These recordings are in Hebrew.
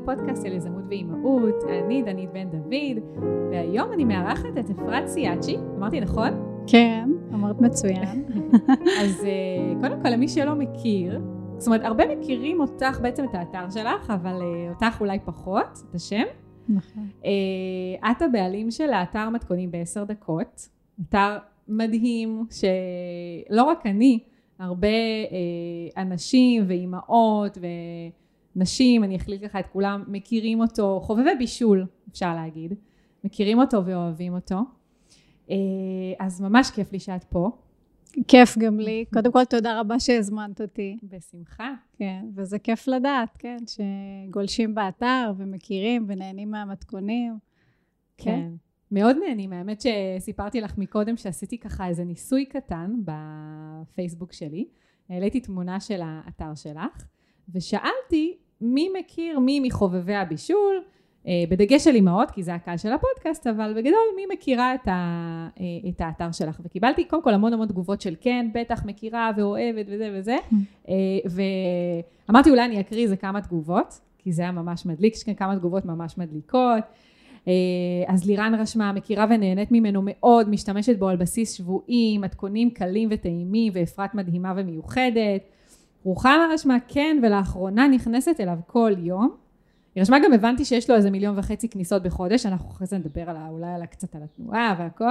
לפודקאסט של יזמות ואימהות. אני דנית בן דוד, והיום אני מארחת את אפרת סיאצ'י. אמרתי נכון? כן, אמרת מצוין. אז קודם כל, למי שלא מכיר, זאת אומרת, הרבה מכירים אותך בעצם את האתר שלך, אבל אותך אולי פחות, את השם. נכון. את הבעלים של האתר מתכונים ב10 דקות, אתר מדהים שלא רק אני, הרבה אנשים ואימהות ונשים, אני אחליט לך את כולם, מכירים אותו, חובבי בישול, אפשר להגיד, מכירים אותו ואוהבים אותו. אז ממש כיף לי שאת פה. כיף גם לי. קודם כל תודה רבה שהזמנת אותי. בשמחה. כן, וזה כיף לדעת, כן, שגולשים באתר ומכירים ונהנים מהמתכונים. כן. מאוד נהנים, האמת שסיפרתי לך מקודם שעשיתי ככה איזה ניסוי קטן בפייסבוק שלי, העליתי תמונה של האתר שלך, ושאלתי מי מכיר מי מחובבי הבישול, בדגש של אימהות, כי זה הקהל של הפודקאסט, אבל בגדול מי מכירה את האתר שלך, וקיבלתי קודם כל המון תגובות של כן, בטח מכירה ואוהבת וזה וזה, ואמרתי אולי אני אקריא איזה כמה תגובות, כי זה היה ממש מדליק, יש כאן כמה תגובות ממש מדליקות. אז לירן רשמה, מכירה ונהנית ממנו מאוד, משתמשת בו על בסיס שבועי, מתכונים קלים וטעימים, ואפרת מדהימה ומיוחדת. רוחמה רשמה, כן, ולאחרונה נכנסת אליו כל יום. היא רשמה גם, הבנתי שיש לו איזה 1.5 מיליון כניסות בחודש, אנחנו אחרי זה נדבר אולי קצת על התנועה והכל.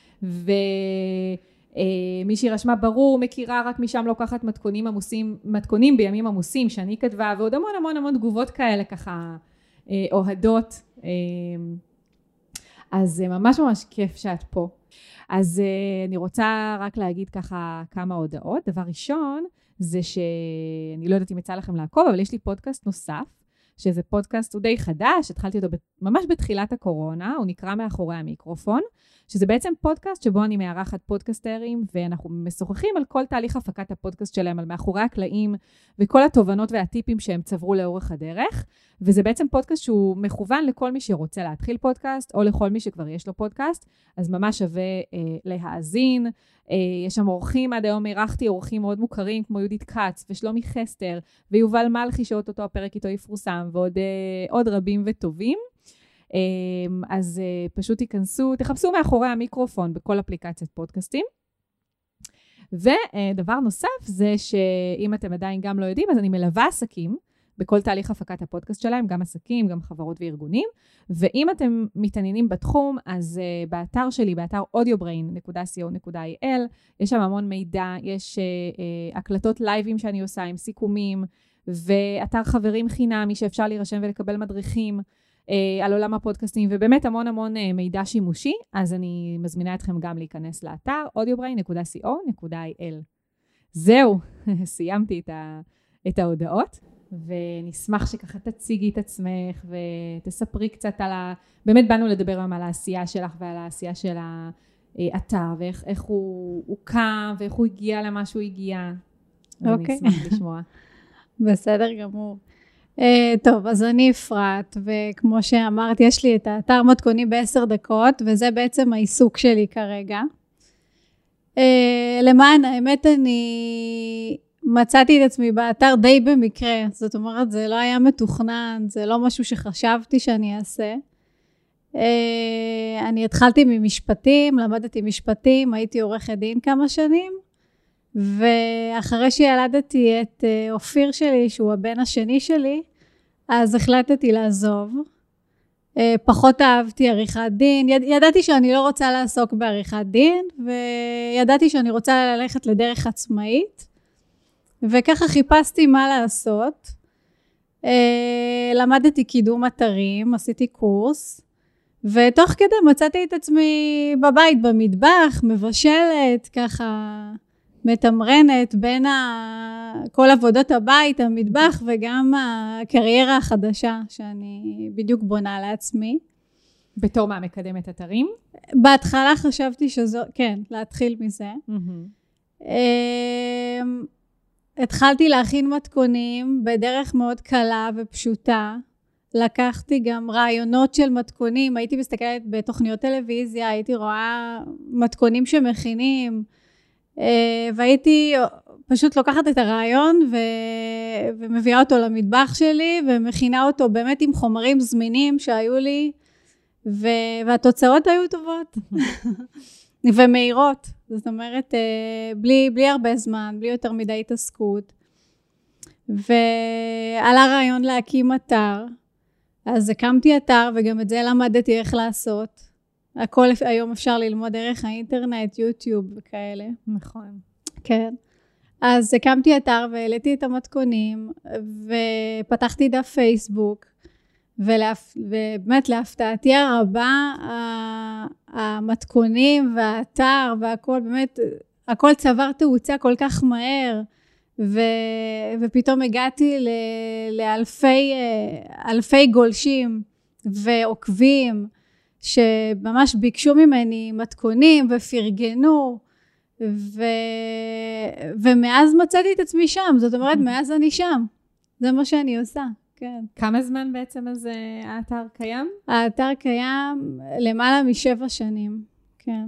ומישהי רשמה, ברור, מכירה רק משם לוקחת מתכונים בימים עמוסים, שאני כתבה, ועוד המון תגובות כאלה ככה, אוהדות. אז זה ממש כיף שאת פה. אז אני רוצה רק להגיד ככה כמה הודעות. דבר ראשון, זה שאני לא יודעת אם יצא לכם לעקוב, אבל יש לי פודקאסט נוסף, שזה פודקאסט הוא די חדש, התחלתי אותו ממש בתחילת הקורונה, הוא נקרא מאחורי המיקרופון, שזה בעצם פודקאסט שבו אני מארחת פודקאסטרים, ואנחנו משוחחים על כל תהליך הפקת הפודקאסט שלהם, על מאחורי הקלעים, וכל התובנות והטיפים שהם צברו לאורך הדרך, וזה בעצם פודקאסט שהוא מכוון לכל מי שרוצה להתחיל פודקאסט, או לכל מי שכבר יש לו פודקאסט, אז ממש שווה להאזין. יש שם אורחים, עד היום אירחתי אורחים מאוד מוכרים, כמו יהודית קץ ושלומי חסטר, ויובל מלכי שעוד אותו הפרק איתו יפורסם, ועוד רבים וטובים. אז פשוט תחפשו מאחורי המיקרופון בכל אפליקציית פודקאסטים. ודבר נוסף זה שאם אתם עדיין גם לא יודעים, אז אני מלווה עסקים בכל תהליך הפקת הפודקאסט שלהם, גם עסקים, גם חברות וארגונים. ואם אתם מתעניינים בתחום, אז באתר שלי, באתר audiobrain.co.il, יש שם המון מידע, יש הקלטות לייבים שאני עושה עם סיכומים, ואתר חברים חינמי שאפשר להירשם ולקבל מדריכים על עולם הפודקאסטים, ובאמת המון מידע שימושי, אז אני מזמינה אתכם גם להיכנס לאתר audiobrain.co.il. זהו, סיימתי את ההודעות. ונשמח שככה תציגי את עצמך ותספרי קצת באמת באנו לדבר היום על העשייה שלך ועל העשייה של האתר ואיך הוא קם ואיך הוא הגיע למה שהוא הגיע. אוקיי. אני אשמח לשמוע. בסדר גמור. טוב, אז אני אפרת, וכמו שאמרתי, יש לי את האתר מתכונים ב10 דקות, וזה בעצם העיסוק שלי כרגע. למען האמת אני מצאתי את עצמי באתר די במקרה, זאת אומרת זה לא היה מתוכנן, זה לא משהו שחשבתי שאני אעשה. אני התחלתי ממשפטים, למדתי משפטים, הייתי עורכת דין כמה שנים, ואחרי שילדתי את אופיר שלי, שהוא הבן השני שלי, אז החלטתי לעזוב. פחות אהבתי עריכת דין, ידעתי שאני לא רוצה לעסוק בעריכת דין, וידעתי שאני רוצה ללכת לדרך עצמאית, וככה חיפשתי מה לעשות. למדתי קידום אתרים, עשיתי קורס, ותוך כדי מצאתי את עצמי בבית, במטבח, מבשלת, ככה מתמרנת בין כל עבודות הבית, המטבח, וגם הקריירה החדשה שאני בדיוק בונה לעצמי. בתור מה, מקדמת אתרים? בהתחלה חשבתי שזו, כן, להתחיל מזה. התחלתי להכין מתכונים בדרך מאוד קלה ופשוטה. לקחתי גם רעיונות של מתכונים, הייתי מסתכלת בתוכניות טלוויזיה, הייתי רואה מתכונים שמכינים, והייתי פשוט לוקחת את הרעיון ומביאה אותו למטבח שלי, ומכינה אותו באמת עם חומרים זמינים שהיו לי, והתוצאות היו טובות. ומהירות, זאת אומרת, בלי הרבה זמן, בלי יותר מדי התעסקות. ועלה רעיון להקים אתר, אז הקמתי אתר, וגם את זה למדתי איך לעשות. הכל היום אפשר ללמוד דרך האינטרנט, יוטיוב וכאלה. נכון. כן. אז הקמתי אתר והעליתי את המתכונים, ופתחתי דף פייסבוק, ובאמת להפתעתי הרבה, המתכונים והאתר והכל, באמת, הכל צבר תאוצה כל כך מהר, ופתאום הגעתי לאלפי גולשים ועוקבים, שממש ביקשו ממני מתכונים ופרגנו, ומאז מצאתי את עצמי שם, זאת אומרת, מאז אני שם. זה מה שאני עושה, כן. כמה זמן בעצם אז האתר קיים? האתר קיים למעלה מ7 שנים, כן.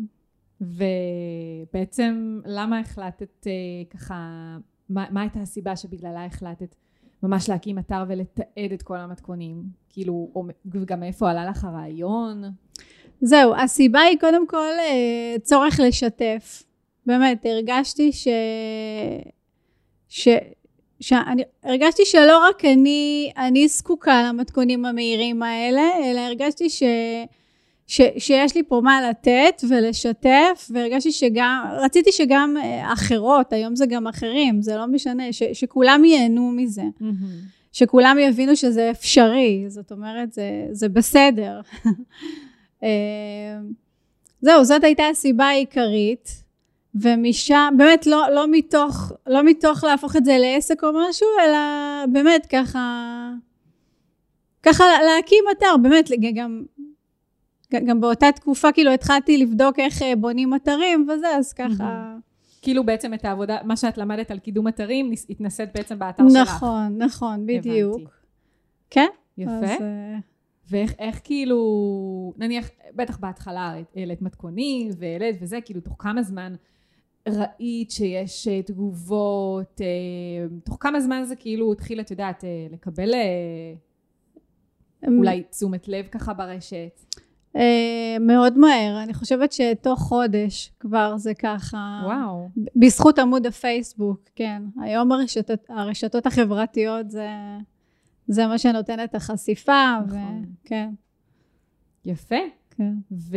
ובעצם למה החלטת ככה, מה הייתה הסיבה שבגללה החלטת ממש להקים אתר ולתעד את כל המתכונים? כאילו, וגם איפה עלה לך הרעיון? זהו, הסיבה היא קודם כל צורך לשתף. באמת, הרגשתי הרגשתי שלא רק אני זקוקה למתכונים המהירים האלה, אלא הרגשתי שיש לי פה מה לתת ולשתף, והרגשתי רציתי שגם אחרות, היום זה גם אחרים, זה לא משנה, שכולם ייהנו מזה, שכולם יבינו שזה אפשרי, זאת אומרת, זה בסדר. זהו, זאת הייתה הסיבה העיקרית, ומשם, באמת לא מתוך להפוך את זה לעסק או משהו, אלא באמת ככה להקים אתר, באמת גם באותה תקופה כאילו התחלתי לבדוק איך בונים אתרים וזה, אז ככה. כאילו בעצם את העבודה, מה שאת למדת על קידום אתרים, התנסית בעצם באתר שלך. נכון, בדיוק. כן? יפה. ואיך כאילו, נניח, בטח בהתחלה העלית מתכונים והעלית וזה, כאילו תוך כמה זמן ראית שיש תגובות, תוך כמה זמן זה כאילו התחיל, את יודעת, לקבל אולי תשומת לב ככה ברשת? מאוד מהר, אני חושבת שתוך חודש כבר זה ככה. וואו. בזכות עמוד הפייסבוק, כן. היום הרשתות החברתיות זה מה שנותן את החשיפה. נכון. כן. יפה. כן.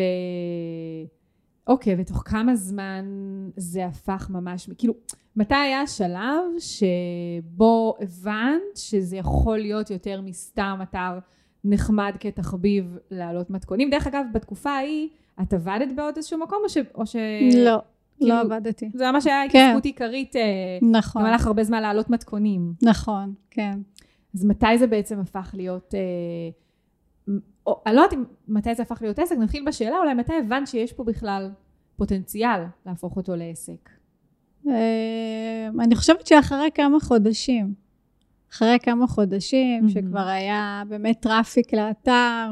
אוקיי, ותוך כמה זמן זה הפך ממש, כאילו, מתי היה השלב שבו הבנת שזה יכול להיות יותר מסתם אתר נחמד כתחביב לעלות מתכונים? דרך אגב, בתקופה ההיא, את עבדת בעוד איזשהו מקום או ש... לא, כאילו, לא עבדתי. זה ממש היה התעסקות עיקרית, נכון. גם הלך הרבה זמן לעלות מתכונים. נכון, כן. אז מתי זה בעצם הפך להיות... אני לא יודעת מתי זה הפך להיות עסק, נתחיל בשאלה, אולי מתי הבנת שיש פה בכלל פוטנציאל להפוך אותו לעסק? אני חושבת שאחרי כמה חודשים. שכבר היה באמת טראפיק לאתר,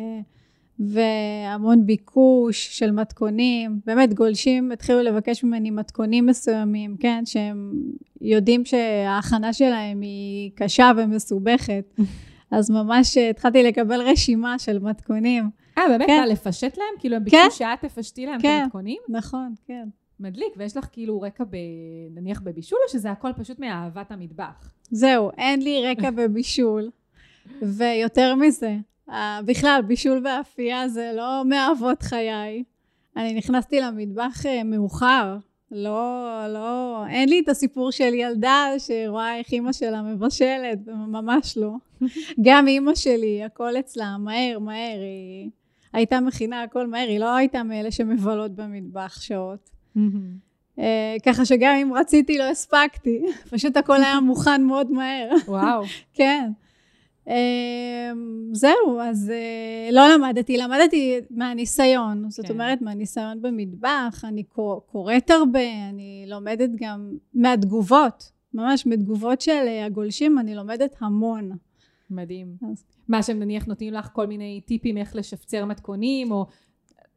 והמון ביקוש של מתכונים. באמת גולשים התחילו לבקש ממני מתכונים מסוימים, כן? שהם יודעים שההכנה שלהם היא קשה ומסובכת. אז ממש התחלתי לקבל רשימה של מתכונים. באמת? כן. לפשט להם? כאילו הם ביקשו שאת תפשטי להם את המתכונים? נכון, כן. מדליק, ויש לך כאילו רקע נניח בבישול, או שזה הכל פשוט מאהבת המטבח? זהו, אין לי רקע בבישול. ויותר מזה, בכלל, בישול ואפייה זה לא מאהבות חיי. אני נכנסתי למטבח מאוחר. לא, אין לי את הסיפור של ילדה שרואה איך אמא שלה מבשלת, ממש לא. גם אמא שלי, הכל אצלה, מהר, היא הייתה מכינה הכל מהר, היא לא הייתה מאלה שמבלות במטבח שעות. ככה שגם אם רציתי לא הספקתי, פשוט הכל היה מוכן מאוד מהר. וואו. כן. זהו, אז לא למדתי מהניסיון, זאת אומרת מהניסיון במטבח, אני קוראת הרבה, אני לומדת גם מהתגובות, ממש מתגובות של הגולשים, אני לומדת המון. מדהים. מה שהם נניח נותנים לך כל מיני טיפים איך לשפצר מתכונים, או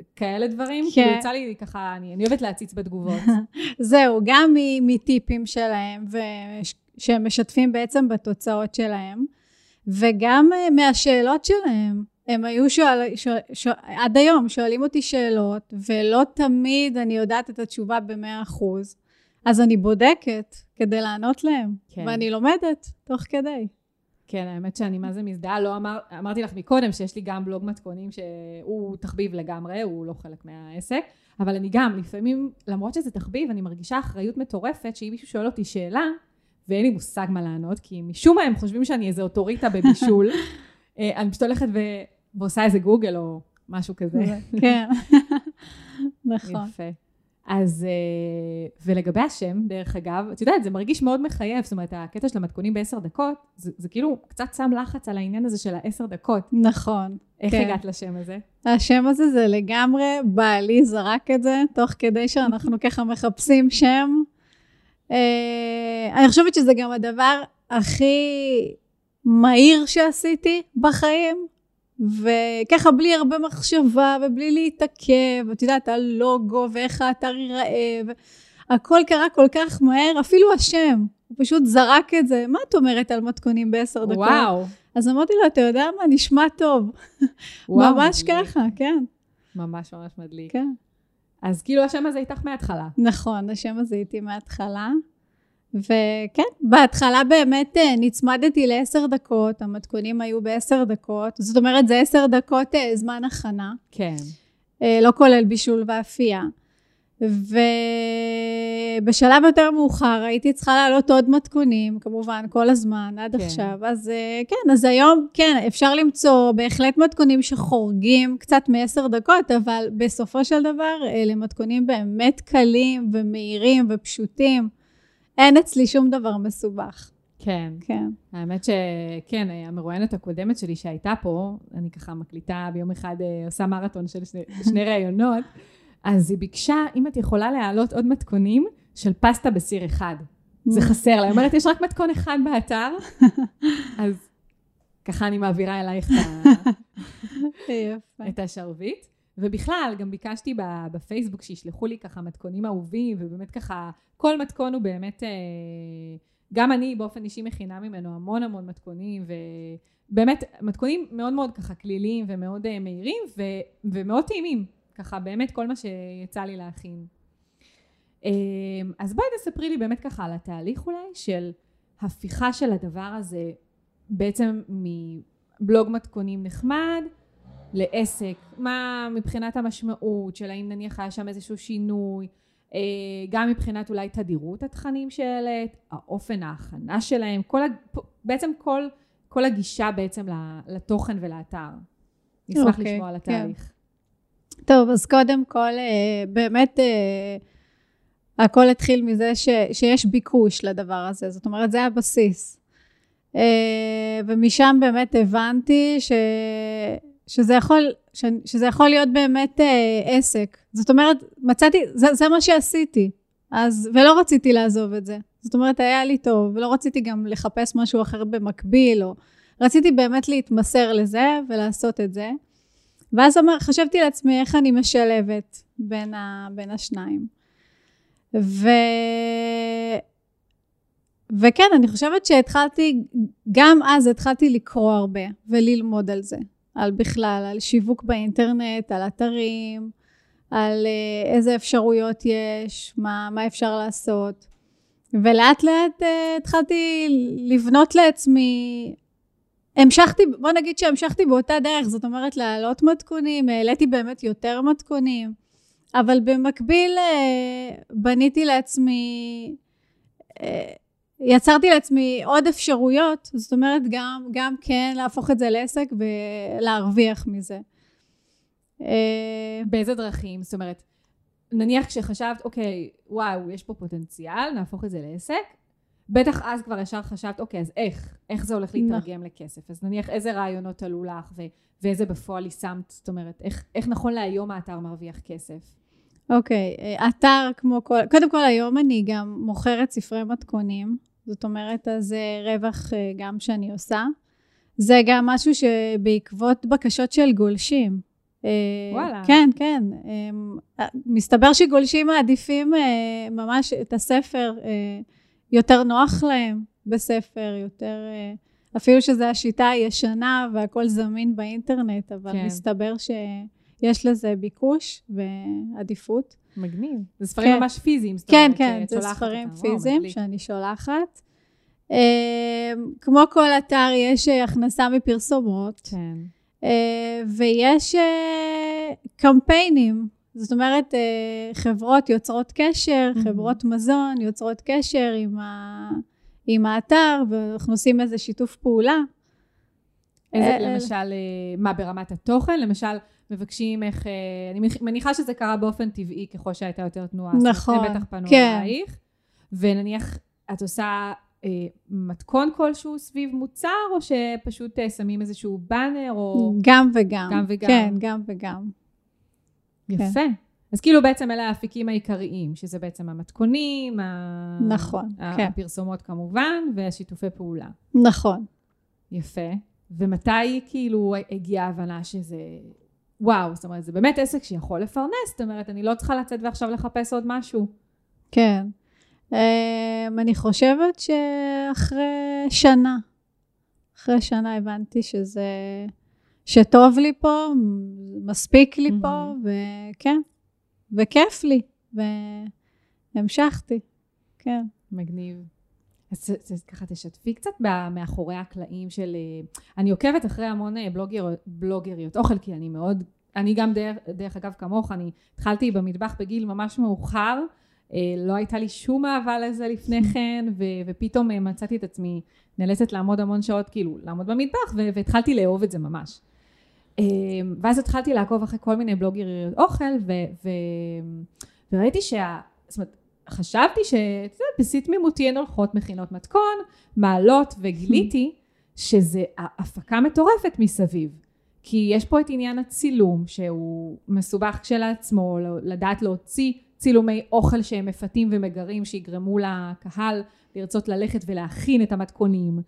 כאלה דברים, כאילו יצא לי ככה, אני אוהבת להציץ בתגובות. זהו, גם מטיפים שלהם, שהם משתפים בעצם בתוצאות שלהם, וגם מהשאלות שלהם. הם היו עד היום שואלים אותי שאלות, ולא תמיד אני יודעת את התשובה ב100%. אז אני בודקת כדי לענות להם, כן. ואני לומדת תוך כדי. כן, האמת שאני מה זה מזדהה, אמרתי לך מקודם שיש לי גם בלוג מתכונים שהוא תחביב לגמרי, הוא לא חלק מהעסק, אבל אני גם לפעמים, למרות שזה תחביב, אני מרגישה אחריות מטורפת, שאם מישהו שואל אותי שאלה, ואין לי מושג מה לענות, כי משום מה הם חושבים שאני איזה אוטוריטה בבישול, אני פשוט הולכת ועושה איזה גוגל או משהו כזה. כן, נכון. יפה. אז, ולגבי השם, דרך אגב, את יודעת, זה מרגיש מאוד מחייב, זאת אומרת, הקטע של המתכונים ב10 דקות, זה כאילו קצת שם לחץ על העניין הזה של 10 דקות. נכון. איך הגעת לשם הזה? השם הזה זה לגמרי, בעלי זרק את זה, תוך כדי שאנחנו ככה מחפשים שם. אני חושבת שזה גם הדבר הכי מהיר שעשיתי בחיים, וככה בלי הרבה מחשבה ובלי להתעכב, את יודעת, הלוגו ואיך האתר ייראה, הכל קרה כל כך מהר, אפילו השם, הוא פשוט זרק את זה. מה את אומרת על מתכונים ב10 דקות? וואו. אז אמרתי לו, אתה יודע מה, נשמע טוב. וואו, ממש מדליק. ככה, כן. ממש ממש מדליק. כן. אז כאילו השם הזה איתך מההתחלה. נכון, השם הזה איתי מההתחלה. וכן, בהתחלה באמת נצמדתי ל10 דקות, המתכונים היו ב10 דקות, זאת אומרת זה 10 דקות זמן הכנה. כן. לא כולל בישול ואפייה. ובשלב יותר מאוחר הייתי צריכה לעלות עוד מתכונים, כמובן כל הזמן עד כן. עכשיו. אז כן, אז היום כן, אפשר למצוא בהחלט מתכונים שחורגים קצת מ10 דקות, אבל בסופו של דבר אלה מתכונים באמת קלים ומהירים ופשוטים. אין אצלי שום דבר מסובך. כן. כן. האמת שכן, המרואיינת הקודמת שלי שהייתה פה, אני ככה מקליטה ביום אחד, עושה מרתון של שני ראיונות, אז היא ביקשה, אם את יכולה להעלות עוד מתכונים של פסטה בסיר אחד. זה חסר לה. היא אומרת, יש רק מתכון אחד באתר, אז ככה אני מעבירה אלייך את השרביט. ובכלל, גם ביקשתי בפייסבוק שישלחו לי ככה מתכונים אהובים, ובאמת ככה, כל מתכון הוא באמת, גם אני באופן אישי מכינה ממנו המון המון מתכונים, ובאמת מתכונים מאוד מאוד ככה כליליים ומאוד מהירים, ומאוד טעימים, ככה באמת כל מה שיצא לי להכין. אז בואי תספרי לי באמת ככה על התהליך אולי, של הפיכה של הדבר הזה, בעצם מבלוג מתכונים נחמד, לעסק, מה מבחינת המשמעות של האם נניח היה שם איזשהו שינוי, גם מבחינת אולי תדירות התכנים שהעלית, האופן ההכנה שלהם, בעצם כל הגישה בעצם לתוכן ולאתר. נשמח לשמוע על התהליך. טוב, אז קודם כל, באמת הכל התחיל מזה שיש ביקוש לדבר הזה, זאת אומרת זה הבסיס. ומשם באמת הבנתי שזה יכול להיות באמת עסק. זאת אומרת, מצאתי, זה מה שעשיתי. ולא רציתי לעזוב את זה. זאת אומרת, היה לי טוב, ולא רציתי גם לחפש משהו אחר במקביל, או רציתי באמת להתמסר לזה ולעשות את זה. ואז חשבתי לעצמי איך אני משלבת בין השניים. וכן, אני חושבת גם אז התחלתי לקרוא הרבה וללמוד על זה. על בכלל, על שיווק באינטרנט, על אתרים, על איזה אפשרויות יש, מה אפשר לעשות. ולאט לאט התחלתי לבנות לעצמי, בוא נגיד שהמשכתי באותה דרך, זאת אומרת להעלות מתכונים, העליתי באמת יותר מתכונים, אבל במקביל בניתי לעצמי, יצרתי לעצמי עוד אפשרויות, זאת אומרת גם כן להפוך את זה לעסק ולהרוויח מזה. באיזה דרכים? זאת אומרת, נניח כשחשבת, אוקיי, וואו, יש פה פוטנציאל, נהפוך את זה לעסק, בטח אז כבר ישר חשבת, אוקיי, אז איך זה הולך להתרגם לכסף? אז נניח איזה רעיונות עלו לך ואיזה בפועל יישמת, זאת אומרת, איך נכון להיום האתר מרוויח כסף? אוקיי, אתר קודם כל היום אני גם מוכרת ספרי מתכונים, זאת אומרת, אז זה רווח גם שאני עושה. זה גם משהו שבעקבות בקשות של גולשים. וואלה. כן, כן. מסתבר שגולשים מעדיפים ממש את הספר, יותר נוח להם בספר, יותר, אפילו שזו השיטה הישנה והכל זמין באינטרנט, אבל כן. מסתבר שיש לזה ביקוש ועדיפות. מגניב. זה ספרים ממש פיזיים. כן, כן, זה ספרים פיזיים שאני שולחת. כמו כל אתר יש הכנסה מפרסומות. כן. ויש קמפיינים, זאת אומרת חברות יוצרות קשר, חברות מזון יוצרות קשר עם האתר, ואנחנו עושים איזה שיתוף פעולה. איזה, למשל, מה ברמת התוכן? למשל, מבקשים איך, אני מניחה שזה קרה באופן טבעי ככל שהייתה יותר תנועה. נכון, הם בטח פנו עלייך, ונניח את עושה מתכון כלשהו סביב מוצר, או שפשוט שמים איזשהו באנר, או... גם וגם. גם וגם. כן, גם וגם. יפה. כן. אז כאילו בעצם אלה האפיקים העיקריים, שזה בעצם המתכונים, נכון, כן. הפרסומות כמובן, והשיתופי פעולה. נכון. יפה. ומתי כאילו הגיעה ההבנה שזה... וואו, זאת אומרת, זה באמת עסק שיכול לפרנס, זאת אומרת, אני לא צריכה לצאת ועכשיו לחפש עוד משהו. כן. אני חושבת שאחרי שנה הבנתי שטוב לי פה, מספיק לי פה, וכן, וכיף לי, והמשכתי, כן. מגניב. אז ככה תשתפי קצת מאחורי הקלעים של, אני עוקבת אחרי המון בלוגריות אוכל, כי אני גם דרך אגב כמוך, אני התחלתי במטבח בגיל ממש מאוחר, לא הייתה לי שום אהבה לזה לפני כן, ופתאום מצאתי את עצמי נאלצת לעמוד המון שעות, כאילו לעמוד במטבח, והתחלתי לאהוב את זה ממש. ואז התחלתי לעקוב אחרי כל מיני בלוגריות אוכל, וראיתי זאת אומרת, חשבתי שבשיא תמימותי הן הולכות מכינות מתכון, מעלות, וגיליתי שזה הפקה מטורפת מסביב. כי יש פה את עניין הצילום, שהוא מסובך כשלעצמו, לדעת להוציא צילומי אוכל שהם מפתים ומגרים, שיגרמו לקהל לרצות ללכת ולהכין את המתכונים.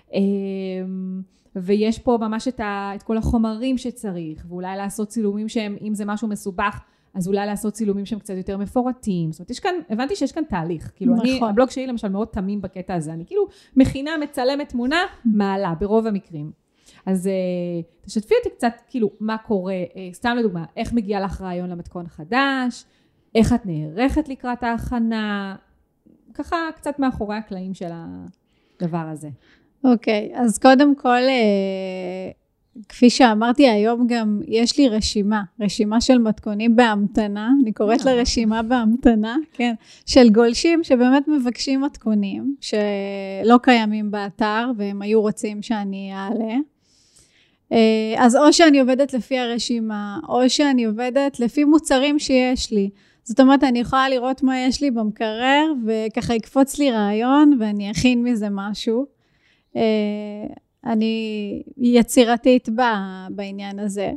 ויש פה ממש את כל החומרים שצריך, ואולי לעשות צילומים שהם, אם זה משהו מסובך, אז אולי לעשות צילומים שהם קצת יותר מפורטים. זאת אומרת, הבנתי שיש כאן תהליך. כאילו, הבלוג שלי למשל מאוד תמים בקטע הזה. אני כאילו מכינה, מצלמת תמונה, מעלה, ברוב המקרים. אז תשתפי אותי קצת, כאילו, מה קורה, סתם לדוגמה, איך מגיע לך רעיון למתכון חדש, איך את נערכת לקראת ההכנה, ככה קצת מאחורי הקלעים של הדבר הזה. אוקיי, אז קודם כל, כפי שאמרתי היום גם, יש לי רשימה של מתכונים בהמתנה, אני קוראת לה רשימה בהמתנה, כן, של גולשים שבאמת מבקשים מתכונים, שלא קיימים באתר, והם היו רוצים שאני אעלה. אז או שאני עובדת לפי הרשימה, או שאני עובדת לפי מוצרים שיש לי. זאת אומרת, אני יכולה לראות מה יש לי במקרר, וככה יקפוץ לי רעיון, ואני אכין מזה משהו. אני יצירתית בעניין הזה.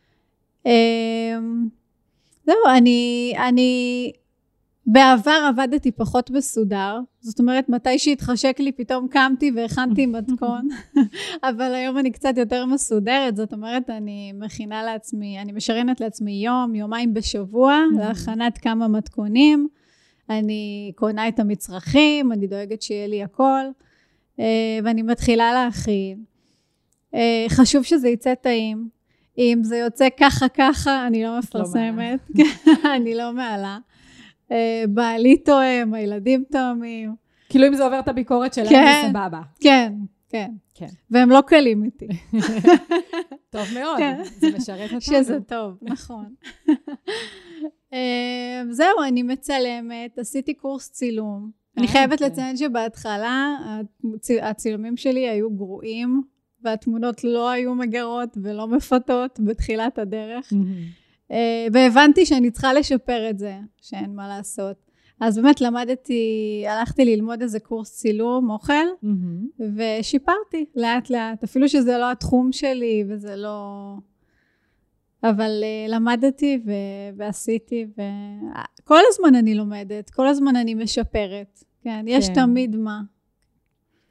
זהו, אני בעבר עבדתי פחות מסודר, זאת אומרת, מתי שהתחשק לי פתאום קמתי והכנתי מתכון, אבל היום אני קצת יותר מסודרת, זאת אומרת, אני מכינה לעצמי, אני משריינת לעצמי יומיים בשבוע, להכנת כמה מתכונים, אני קונה את המצרכים, אני דואגת שיהיה לי הכל, ואני מתחילה להכין. חשוב שזה יצא טעים, אם זה יוצא ככה, אני לא מפרסמת, אני לא מעלה. בעלי תואם, הילדים תואמים. כאילו אם זה עובר את הביקורת שלהם, זה סבבה. כן. והם לא קלים איתי. טוב מאוד, זה משרת אותנו. שזה טוב, נכון. זהו, אני מצלמת, עשיתי קורס צילום. אני חייבת לציין שבהתחלה הצילומים שלי היו גרועים, והתמונות לא היו מגרות ולא מפתות בתחילת הדרך. והבנתי שאני צריכה לשפר את זה, שאין מה לעשות. אז באמת הלכתי ללמוד איזה קורס צילום אוכל, ושיפרתי לאט לאט, אפילו שזה לא התחום שלי, וזה לא... אבל למדתי ועשיתי, וכל הזמן אני לומדת, כל הזמן אני משפרת. כן, יש תמיד מה.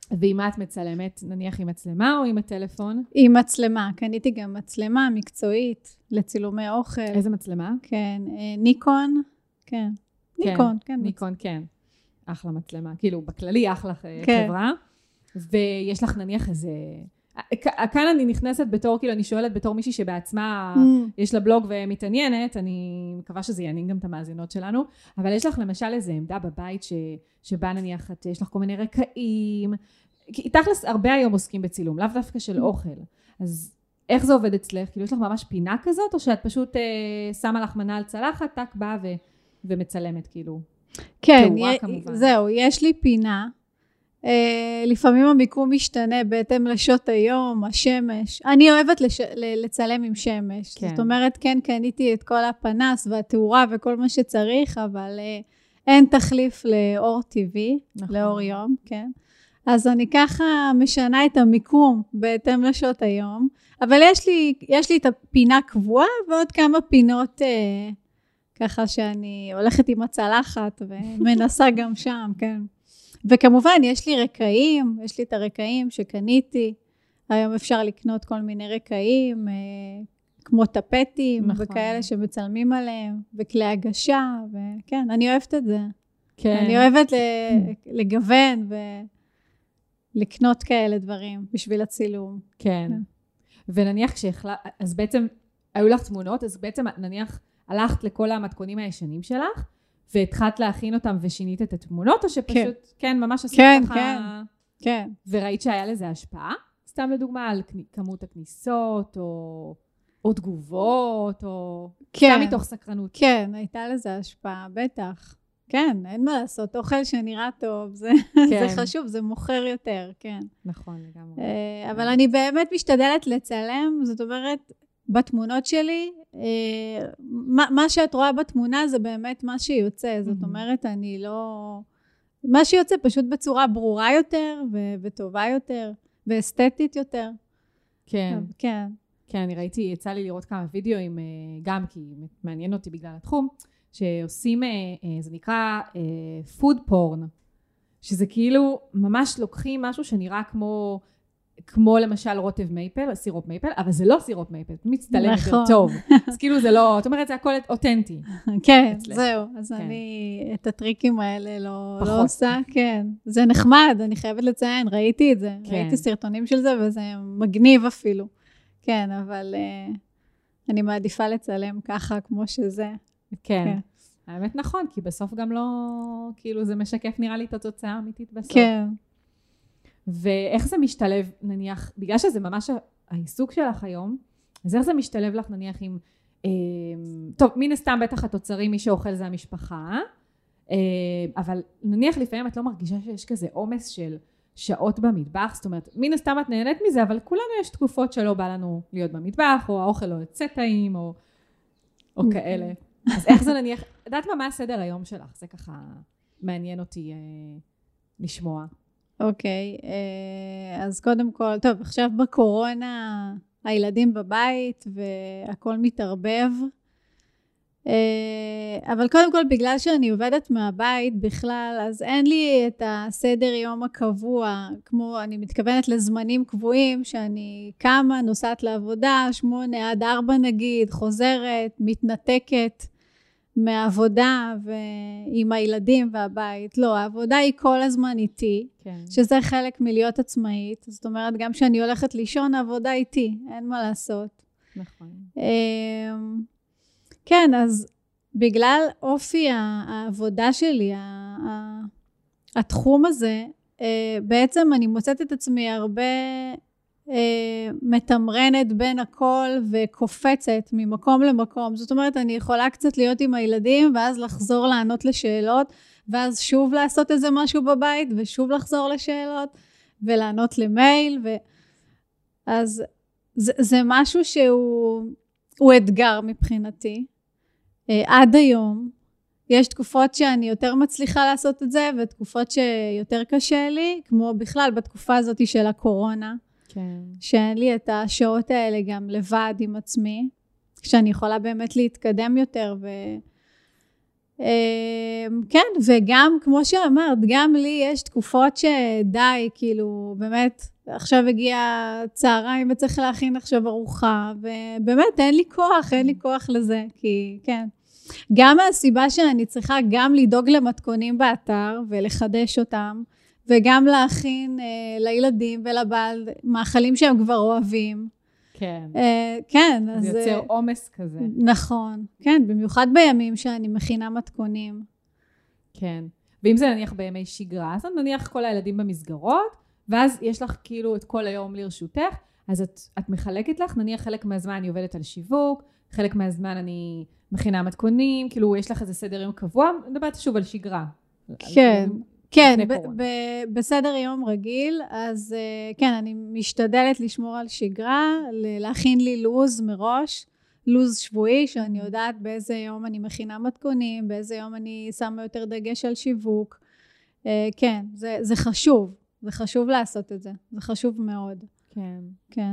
ואם את מצלמת, נניח עם מצלמה או עם הטלפון? עם מצלמה, קניתי גם מצלמה מקצועית לצילומי אוכל. איזה מצלמה? כן, ניקון, כן. ניקון, כן. ניקון, כן. אחלה מצלמה, כאילו בכללי אחלה חברה. ויש לך נניח איזה... כאן אני נכנסת בתור, כאילו אני שואלת בתור מישהי שבעצמה יש לה בלוג ומתעניינת, אני מקווה שזה יעניין גם את המאזינות שלנו, אבל יש לך למשל איזה עמדה בבית שבה נניח יש לך כל מיני רקעים, כי תכלס הרבה היום עוסקים בצילום, לאו דווקא של אוכל, אז איך זה עובד אצלך? כאילו יש לך ממש פינה כזאת, או שאת פשוט שמה לך מנה על צלחת, טק באה ומצלמת כאילו? כן, זהו, יש לי פינה, לפעמים המיקום משתנה בהתאם לשעות היום, השמש. אני אוהבת לצלם עם שמש. כן. זאת אומרת, כן, קניתי את כל הפנס והתאורה וכל מה שצריך, אבל אין תחליף לאור טבעי, נכון. לאור יום, כן. אז אני ככה משנה את המיקום בהתאם לשעות היום, אבל יש לי את הפינה קבועה ועוד כמה פינות ככה שאני הולכת עם הצלחת ומנסה גם שם, כן. וכמובן יש לי רקעים, יש לי את הרקעים שקניתי, היום אפשר לקנות כל מיני רקעים, כמו טפטים, נכון. וכאלה שמצלמים עליהם, וכלי הגשה, וכן, אני אוהבת את זה. כן. אני אוהבת לגוון ולקנות כאלה דברים בשביל הצילום. כן. ונניח אז בעצם היו לך תמונות, אז בעצם נניח הלכת לכל המתכונים הישנים שלך, והתחלת להכין אותם ושינית את התמונות, או שפשוט, כן, ממש עשית ככה, כן. וראית שהיה לזה השפעה? סתם לדוגמה על כמות הכניסות, או תגובות, או סתם מתוך סקרנות. כן, הייתה לזה השפעה, בטח. כן, אין מה לעשות, אוכל שנראה טוב, זה חשוב, זה מוכר יותר, כן. נכון, לגמרי. אבל אני באמת משתדלת לצלם, זאת אומרת, בתמונות שלי, מה שאת רואה בתמונה זה באמת מה שיוצא, זאת אומרת, אני לא... מה שיוצא פשוט בצורה ברורה יותר וטובה יותר, ואסתטית יותר. כן. כן. כן, אני ראיתי, יצא לי לראות כמה וידאוים, גם כי מעניין אותי בגלל התחום, שעושים, זה נקרא food porn, שזה כאילו ממש לוקחים משהו שנראה כמו למשל רוטב מייפל, סירופ מייפל, אבל זה לא סירופ מייפל, מצטלם יותר טוב. אז כאילו זה לא, את אומרת, זה הכל אותנטי. כן, זהו. אז אני את הטריקים האלה לא עושה, כן. זה נחמד, אני חייבת לציין, ראיתי את זה. ראיתי סרטונים של זה, וזה מגניב אפילו. כן, אבל אני מעדיפה לצלם ככה כמו שזה. כן. האמת נכון, כי בסוף גם לא, כאילו זה משקף נראה לי את התוצאה האמיתית בסוף. כן. ואיך זה משתלב, נניח, בגלל שזה ממש העיסוק שלך היום, אז איך זה משתלב לך, נניח, עם... טוב, מן הסתם בטח התוצרים, מי שאוכל זה המשפחה, אבל נניח לפעמים את לא מרגישה שיש כזה עומס של שעות במטבח, זאת אומרת, מן הסתם את נהנית מזה, אבל כולנו יש תקופות שלא בא לנו להיות במטבח, או האוכל לא יוצא טעים, או כאלה. אז איך זה נניח, יודעת מה הסדר היום שלך? זה ככה מעניין אותי לשמוע. אוקיי, אז קודם כל, טוב, עכשיו בקורונה הילדים בבית והכל מתערבב, אבל קודם כל בגלל שאני עובדת מהבית בכלל, אז אין לי את הסדר יום הקבוע, כמו אני מתכוונת לזמנים קבועים, שאני קמה, נוסעת לעבודה, 8-4 נגיד, חוזרת, מתנתקת מהעבודה ועם הילדים והבית. לא, העבודה היא כל הזמן איתי, כן. שזה חלק מלהיות עצמאית. זאת אומרת, גם כשאני הולכת לישון, העבודה איתי, אין מה לעשות. נכון. כן, אז בגלל אופי העבודה שלי, התחום הזה, בעצם אני מוצאת את עצמי הרבה מתמרנת בין הכל וקופצת ממקום למקום. זאת אומרת, אני יכולה קצת להיות עם הילדים ואז לחזור לענות לשאלות, ואז שוב לעשות איזה משהו בבית ושוב לחזור לשאלות ולענות למייל. אז זה משהו שהוא אתגר מבחינתי. עד היום יש תקופות שאני יותר מצליחה לעשות את זה, ותקופות שיותר קשה לי, כמו בכלל בתקופה הזאת של הקורונה. כן. שאין לי את השעות האלה גם לבד עם עצמי, שאני יכולה באמת להתקדם יותר כן, וגם, כמו שאמרת, גם לי יש תקופות שדי, כאילו, באמת, עכשיו הגיע צהריים וצריך להכין עכשיו ארוחה, ובאמת אין לי כוח לזה, כי כן. גם מהסיבה שאני צריכה גם לדאוג למתכונים באתר ולחדש אותם, וגם להכין לילדים ולבעל מאכלים שהם כבר אוהבים. כן. כן. זה יוצר עומס כזה. נכון. כן, במיוחד בימים שאני מכינה מתכונים. כן. ואם זה נניח בימי שגרה, אז נניח כל הילדים במסגרות, ואז יש לך כאילו את כל היום לרשותך, אז את מחלקת לך, נניח חלק מהזמן אני עובדת על שיווק, חלק מהזמן אני מכינה מתכונים, כאילו יש לך איזה סדר יום קבוע, מדברת שוב על שגרה. כן. כן, בסדר יום רגיל, אז כן, אני משתדלת לשמור על שגרה, להכין לי לוז מראש, לוז שבועי, שאני יודעת באיזה יום אני מכינה מתכונים, באיזה יום אני שמה יותר דגש על שיווק. כן, זה חשוב, זה חשוב לעשות את זה, זה חשוב מאוד. כן. כן.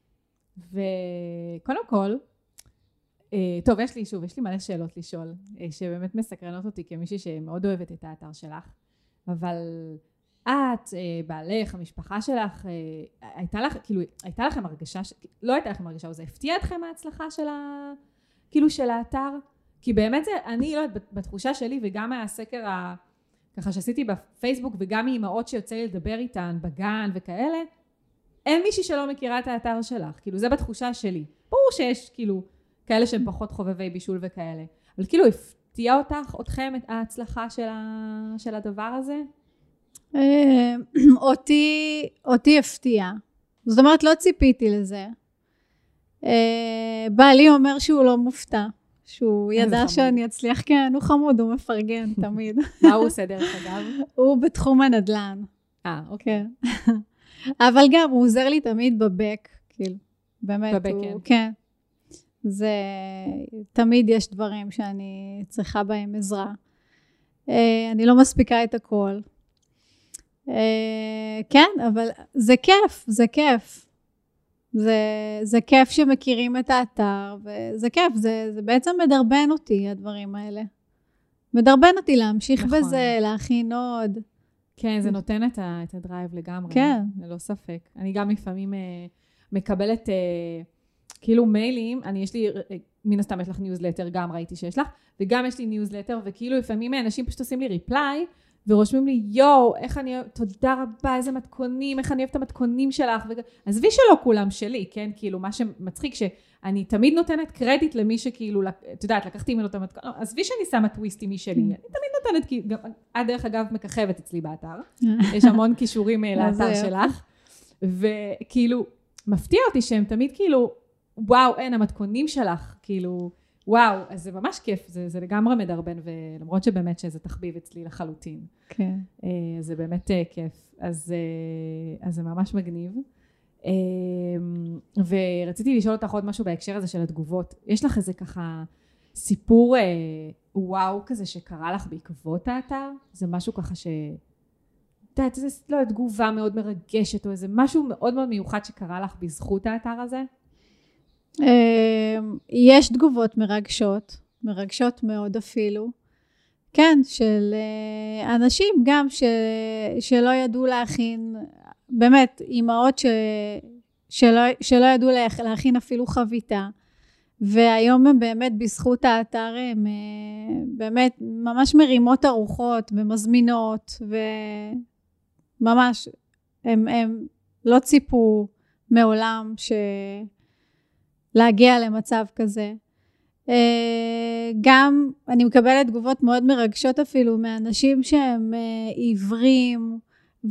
וקודם כל, טוב, יש לי מלא שאלות לשאול, שבאמת מסקרנות אותי כמישהי שמאוד אוהבת את האתר שלך. אבל את, בעלך, המשפחה שלך, הייתה לכם הרגשה, לא הייתה לכם הרגשה, זה הפתיע אתכם ההצלחה של האתר? כי באמת זה, אני לא יודעת, בתחושה שלי וגם מהסקר ככה שעשיתי בפייסבוק וגם מאמהות שיוצא לי לדבר איתן בגן וכאלה, אין מישהי שלא מכירה את האתר שלך, כאילו זה בתחושה שלי. ברור שיש כאילו כאלה שהם פחות חובבי בישול וכאלה, אבל כאילו הפתיע אתכם את ההצלחה של הדבר הזה? אותי הפתיע. זאת אומרת, לא ציפיתי לזה. בעלי אומר שהוא לא מופתע, שהוא ידע שאני אצליח, כן, הוא חמוד, הוא מפרגן תמיד. מה הוא עושה דרך אגב? הוא בתחום הנדל"ן. אוקיי. אבל גם הוא עוזר לי תמיד בבק, כאילו, באמת. בבקאנד. כן. זה, תמיד יש דברים שאני צריכה בהם עזרה. אני לא מספיקה את הכל. כן, אבל זה כיף, זה כיף. זה כיף שמכירים את האתר, וזה כיף, זה בעצם מדרבן אותי, הדברים האלה. מדרבן אותי להמשיך נכון. בזה, להכין עוד. כן, זה נותן את הדרייב לגמרי. כן. ללא ספק. אני גם לפעמים מקבלת כאילו מיילים, יש לי, מן הסתם יש לך ניוזלטר, גם ראיתי שיש לך, וגם יש לי ניוזלטר, וכאילו לפעמים אנשים פשוט עושים לי ריפליי, ורושמים לי, יו, איך אני אוהב, תודה רבה, איזה מתכונים, איך אני אוהב את המתכונים שלך, עזבי שלא כולם שלי, כן, כאילו מה שמצחיק, שאני תמיד נותנת קרדיט למי שכאילו, את יודעת, לקחתי ממנו את המתכונים, עזבי שאני שמה טוויסטים משלי, אני תמיד נותנת, כי גם, עד דרך אגב מככבת אצלי באתר, יש המון קישורים לאתר שלך, וכאילו, מפתיע אותי שהם תמיד כאילו, וואו, אין, המתכונים שלך, כאילו, וואו, אז זה ממש כיף, זה לגמרי מדרבן, ולמרות שבאמת שזה תחביב אצלי לחלוטין. כן. אז זה באמת כיף. אז זה ממש מגניב. ורציתי לשאול אותך עוד משהו בהקשר הזה של התגובות. יש לך איזה ככה סיפור וואו כזה שקרה לך בעקבות האתר? זה משהו ככה יודעת, איזה לא, תגובה מאוד מרגשת, או איזה משהו מאוד מאוד מיוחד שקרה לך בזכות האתר הזה? יש תגובות מרגשות מאוד אפילו. כן, של אנשים גם שלא ידעו להכין, באמת, אימהות שלא ידעו להכין אפילו חביתה. והיום הם באמת בזכות האתר הם באמת ממש מרימות ארוחות ומזמינות, וממש הם לא ציפו מעולם להגיע למצב כזה. גם אני מקבלת תגובות מאוד מרגשות אפילו מאנשים שהם עיוורים,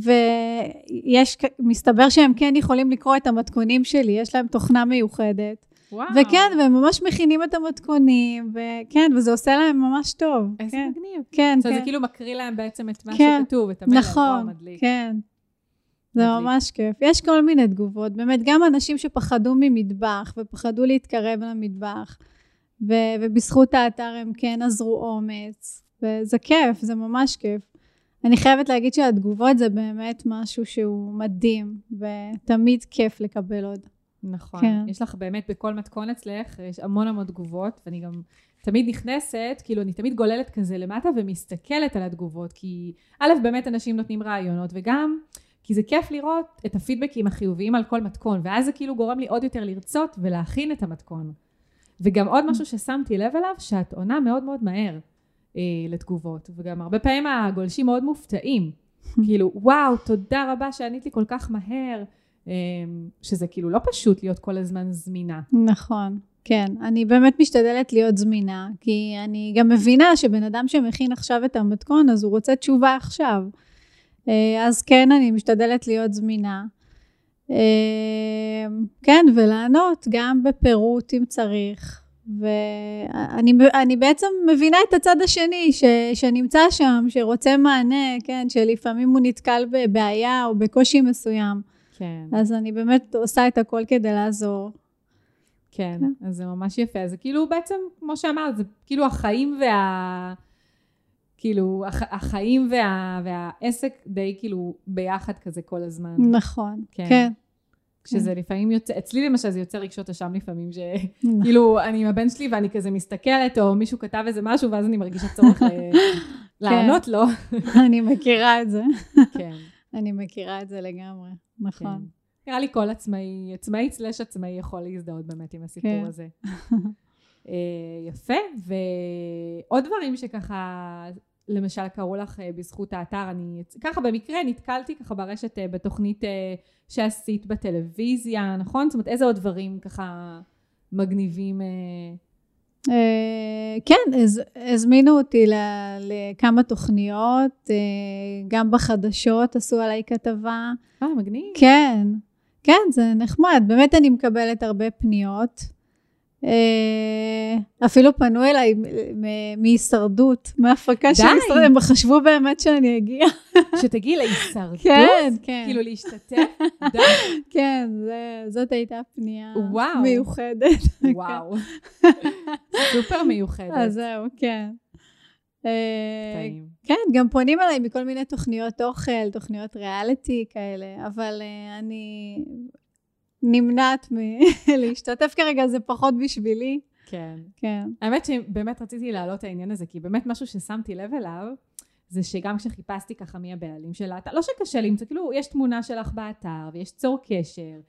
מסתבר שהם כן יכולים לקרוא את המתכונים שלי, יש להם תוכנה מיוחדת. וואו. וכן, והם ממש מכינים את המתכונים, וכן, וזה עושה להם ממש טוב. איזה כן. מגניב. כן, זה כן. זה כאילו מקריא להם בעצם את מה כן. שכתוב, את המלך, נכון, מדליק. כן. זה מדליק. ממש כיף. יש כל מיני תגובות, באמת, גם אנשים שפחדו ממטבח, ופחדו להתקרב למטבח, ובזכות האתר הם כן עזרו אומץ, וזה כיף, זה ממש כיף. אני חייבת להגיד שהתגובות זה באמת משהו שהוא מדהים, ותמיד כיף לקבל עוד. נכון. כן. יש לך באמת בכל מתכון אצלך, יש המון המון תגובות, ואני גם תמיד נכנסת, כאילו אני תמיד גוללת כזה למטה ומסתכלת על התגובות, כי א', באמת אנשים נותנים רעיונות, וגם כי זה כיף לראות את הפידבקים החיוביים על כל מתכון, ואז זה כאילו גורם לי עוד יותר לרצות ולהכין את המתכון. וגם עוד משהו ששמתי לב אליו, שאת עונה מאוד מאוד מהר לתגובות, וגם הרבה פעמים הגולשים מאוד מופתעים, כאילו וואו, תודה רבה שענית לי כל כך מהר, שזה כאילו לא פשוט להיות כל הזמן זמינה. נכון, כן. אני באמת משתדלת להיות זמינה, כי אני גם מבינה שבן אדם שמכין עכשיו את המתכון, אז הוא רוצה תשובה עכשיו. אז כן, אני משתדלת להיות זמינה. כן, ולענות גם בפירוט אם צריך. ואני בעצם מבינה את הצד השני שנמצא שם, שרוצה מענה, כן, שלפעמים הוא נתקל בבעיה או בקושי מסוים. כן. אז אני באמת עושה את הכל כדי לעזור. כן, אז זה ממש יפה. זה כאילו בעצם, כמו שאמרת, זה כאילו החיים כאילו החיים והעסק די כאילו ביחד כזה כל הזמן. נכון, כן. כשזה לפעמים יוצא, אצלי למשל זה יוצא רגשות אשם לפעמים, שכאילו אני עם הבן שלי ואני כזה מסתכלת, או מישהו כתב איזה משהו, ואז אני מרגישה צורך לענות לו. אני מכירה את זה. כן. אני מכירה את זה לגמרי, נכון. נראה לי כל עצמאי/עצמאי יכול להזדהות באמת עם הסיפור הזה. יפה, ועוד דברים שככה, למשל קראו לך בזכות האתר, אני ככה במקרה נתקלתי ככה ברשת בתוכנית שעשית בטלוויזיה, נכון? זאת אומרת, איזה עוד דברים ככה מגניבים? כן, הזמינו אותי לכמה תוכניות, גם בחדשות עשו עליי כתבה. מגניב. כן, כן, זה נחמד, באמת אני מקבלת הרבה פניות. אפילו פנו אליי מהישרדות, מהפקה של הישרדות, הם חשבו באמת שאני אגיע. שתגיעי להישרדות? כן, כן. כאילו להשתתף? כן, זאת הייתה פנייה מיוחדת. וואו. סופר מיוחדת. אז זהו, כן. כן, גם פונים אליי מכל מיני תוכניות אוכל, תוכניות ריאליטי כאלה, אבל אני נמנעת מלהשתתף כרגע, זה פחות בשבילי. כן. כן. האמת שבאמת רציתי להעלות העניין הזה, כי באמת משהו ששמתי לב אליו, זה שגם כשחיפשתי ככה מי הבעלים של האתר, לא שקשה למצוא, כאילו יש תמונה שלך באתר, ויש צור קשר,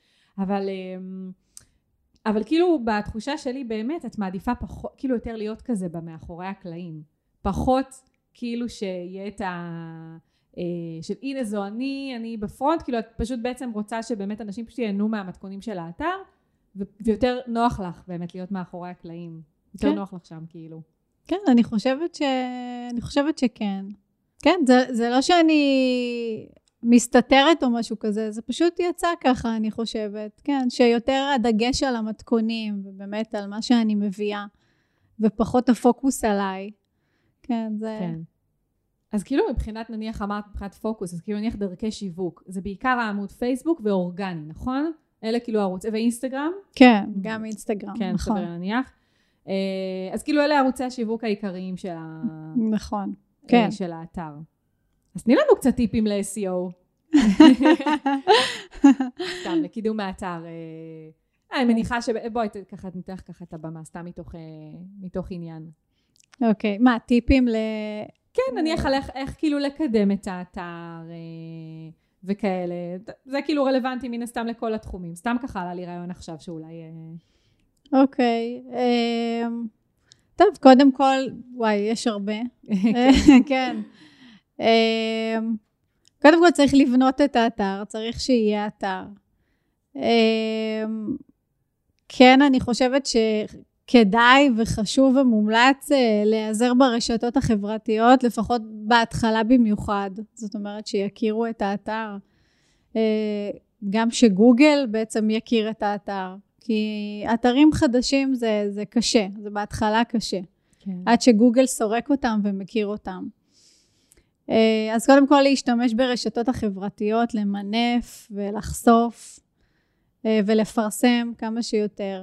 אבל כאילו בתחושה שלי באמת את מעדיפה פחות, כאילו יותר להיות כזה במאחורי הקלעים. פחות כאילו שיהיה את של הנה זו אני בפרונט, כאילו את פשוט בעצם רוצה שבאמת אנשים פשוט ייהנו מהמתכונים של האתר, ויותר נוח לך באמת להיות מאחורי הקלעים. יותר נוח לך שם כאילו. כן, אני חושבת שכן. כן, זה לא שאני מסתתרת או משהו כזה, זה פשוט יצא ככה, אני חושבת. כן, שיותר הדגש על המתכונים, ובאמת על מה שאני מביאה, ופחות הפוקוס עליי. כן, זה... כן. אז כאילו מבחינת נניח אמרת מבחינת פוקוס, אז כאילו נניח דרכי שיווק, זה בעיקר העמוד פייסבוק ואורגני, נכון? אלה כאילו ערוץ, ואינסטגרם? כן, גם אינסטגרם, כן, נכון. סביר נניח. אז כאילו אלה ערוצי השיווק העיקריים נכון, כן. של האתר. אז תני לנו קצת טיפים ל-SEO. סתם, לקידום האתר. אני מניחה בואי ככה ניתח ככה את הבמה, סתם מתוך עניין. אוקיי, מה, טיפים כן, נניח על איך כאילו לקדם את האתר וכאלה. זה כאילו רלוונטי מן הסתם לכל התחומים. סתם ככה עלה לי רעיון עכשיו שאולי... אוקיי. טוב, קודם כל, וואי, יש הרבה. כן. קודם כל צריך לבנות את האתר, צריך שיהיה אתר. כן, אני חושבת כדאי וחשוב ומומלץ להיעזר ברשתות החברתיות, לפחות בהתחלה במיוחד. זאת אומרת שיכירו את האתר. גם שגוגל בעצם יכיר את האתר. כי אתרים חדשים זה קשה, זה בהתחלה קשה. כן. עד שגוגל סורק אותם ומכיר אותם. אז קודם כל להשתמש ברשתות החברתיות, למנף ולחשוף ולפרסם כמה שיותר.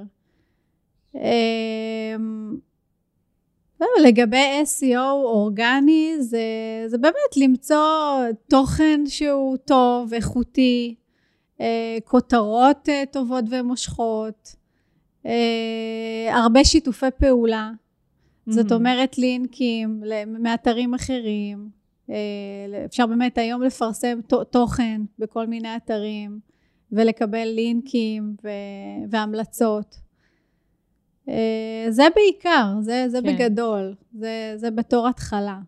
לגבי SEO אורגני, זה באמת למצוא תוכן שהוא טוב, איכותי, כותרות טובות ומושכות, הרבה שיתופי פעולה. זאת אומרת לינקים מאתרים אחרים, אפשר באמת היום לפרסם תוכן בכל מיני אתרים, ולקבל לינקים והמלצות. זה בעיקר, זה בגדול, זה בתור התחלה.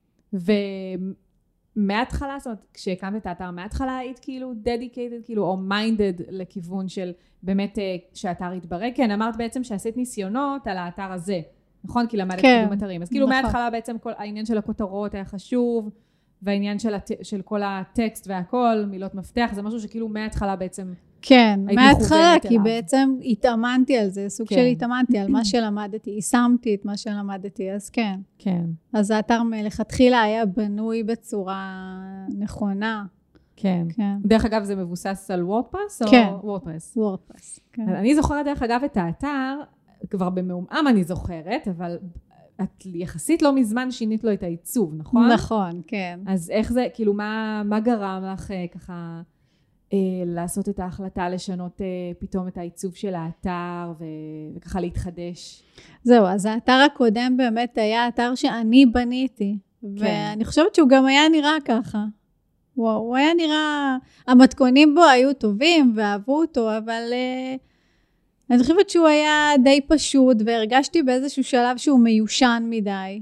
ומההתחלה, זאת אומרת, כשהקמת את האתר, מההתחלה היית כאילו dedicated, כאילו, או minded לכיוון של באמת שהאתר יתברג? כן, אמרת בעצם שעשית ניסיונות על האתר הזה, נכון? כי למדת קידום אתרים. אז כאילו מההתחלה בעצם העניין של הכותרות היה חשוב, והעניין של כל הטקסט והכל, מילות מפתח, זה משהו שכאילו מההתחלה בעצם כן, מההתחלה, כי בעצם התאמנתי על זה, סוג של התאמנתי על מה שלמדתי, יישמתי את מה שלמדתי, אז כן. כן. אז האתר מלכתחילה היה בנוי בצורה נכונה. כן. דרך אגב, זה מבוסס על וורדפרס או וורדפרס? וורדפרס, כן. אני זוכרת דרך אגב את האתר, כבר במעומעם אני זוכרת, אבל את יחסית לא מזמן שינית לו את העיצוב, נכון? נכון, כן. אז איך זה, כאילו, מה גרם לך ככה לעשות את ההחלטה לשנות פתאום את העיצוב של האתר וככה להתחדש? זהו, אז האתר הקודם באמת היה אתר שאני בניתי, ואני חושבת שהוא גם היה נראה ככה. הוא היה נראה, המתכונים בו היו טובים ואהבו אותו, אבל אני חושבת שהוא היה די פשוט, והרגשתי באיזשהו שלב שהוא מיושן מדי.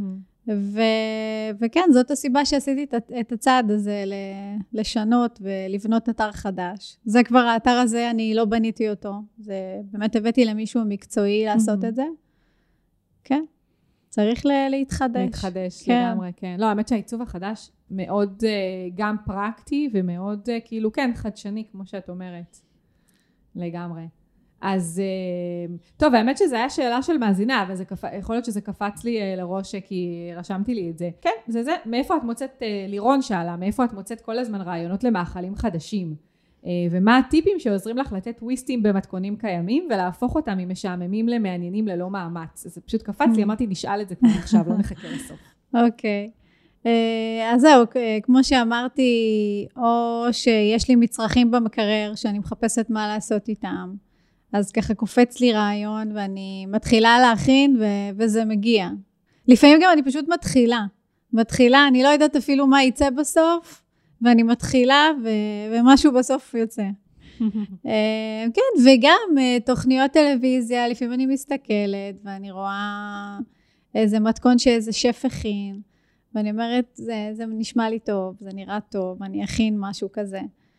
וכן, זאת הסיבה שעשיתי את הצעד הזה לשנות ולבנות אתר חדש. זה כבר האתר הזה, אני לא בניתי אותו. זה באמת הבאתי למישהו מקצועי לעשות את זה. כן, צריך להתחדש. להתחדש לגמרי, כן. לא, האמת שהעיצוב החדש מאוד גם פרקטי ומאוד כאילו, כן, חדשני, כמו שאת אומרת. לגמרי. אז טוב, האמת שזה היה שאלה של מאזינה, ויכול להיות שזה קפץ לי לראש כי רשמתי לי את זה. כן, זה. מאיפה את מוצאת, לירון שאלה, מאיפה את מוצאת כל הזמן רעיונות למאכלים חדשים? ומה הטיפים שעוזרים לך לתת טוויסטים במתכונים קיימים, ולהפוך אותם ממשעממים למעניינים ללא מאמץ? זה פשוט קפץ לי, אמרתי נשאל את זה כבר עכשיו, לא נחכה לסוף. אוקיי. אז זהו, כמו שאמרתי, או שיש לי מצרכים במקרר שאני מחפשת מה לעשות איתם, אז ככה קופץ לי רעיון ואני מתחילה להכין וזה מגיע. לפעמים גם אני פשוט מתחילה, אני לא יודעת אפילו מה יצא בסוף, ואני מתחילה ומשהו בסוף יוצא. כן, וגם תוכניות טלוויזיה, לפעמים אני מסתכלת ואני רואה איזה מתכון שאיזה שף הכין, ואני אומרת, זה נשמע לי טוב, זה נראה טוב, אני אכין משהו כזה.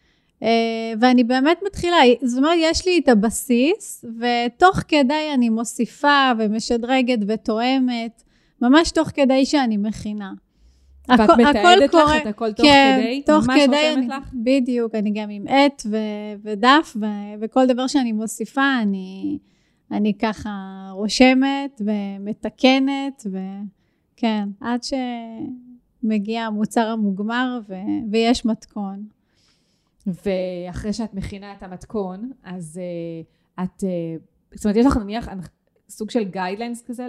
ואני באמת מתחילה, זאת אומרת, יש לי את הבסיס, ותוך כדי אני מוסיפה ומשדרגת ותואמת, ממש תוך כדי שאני מכינה. ואת מתעדת לך את הכל תוך כדי? תוך כדי, בדיוק, אני גם עם עט ודף, וכל דבר שאני מוסיפה, אני ככה רושמת ומתקנת, וכן, עד שמגיע המוצר המוגמר ויש מתכון. ואחרי שאת מכינה את המתכון, אז זאת אומרת, יש לך נניח סוג של גיידליינס כזה,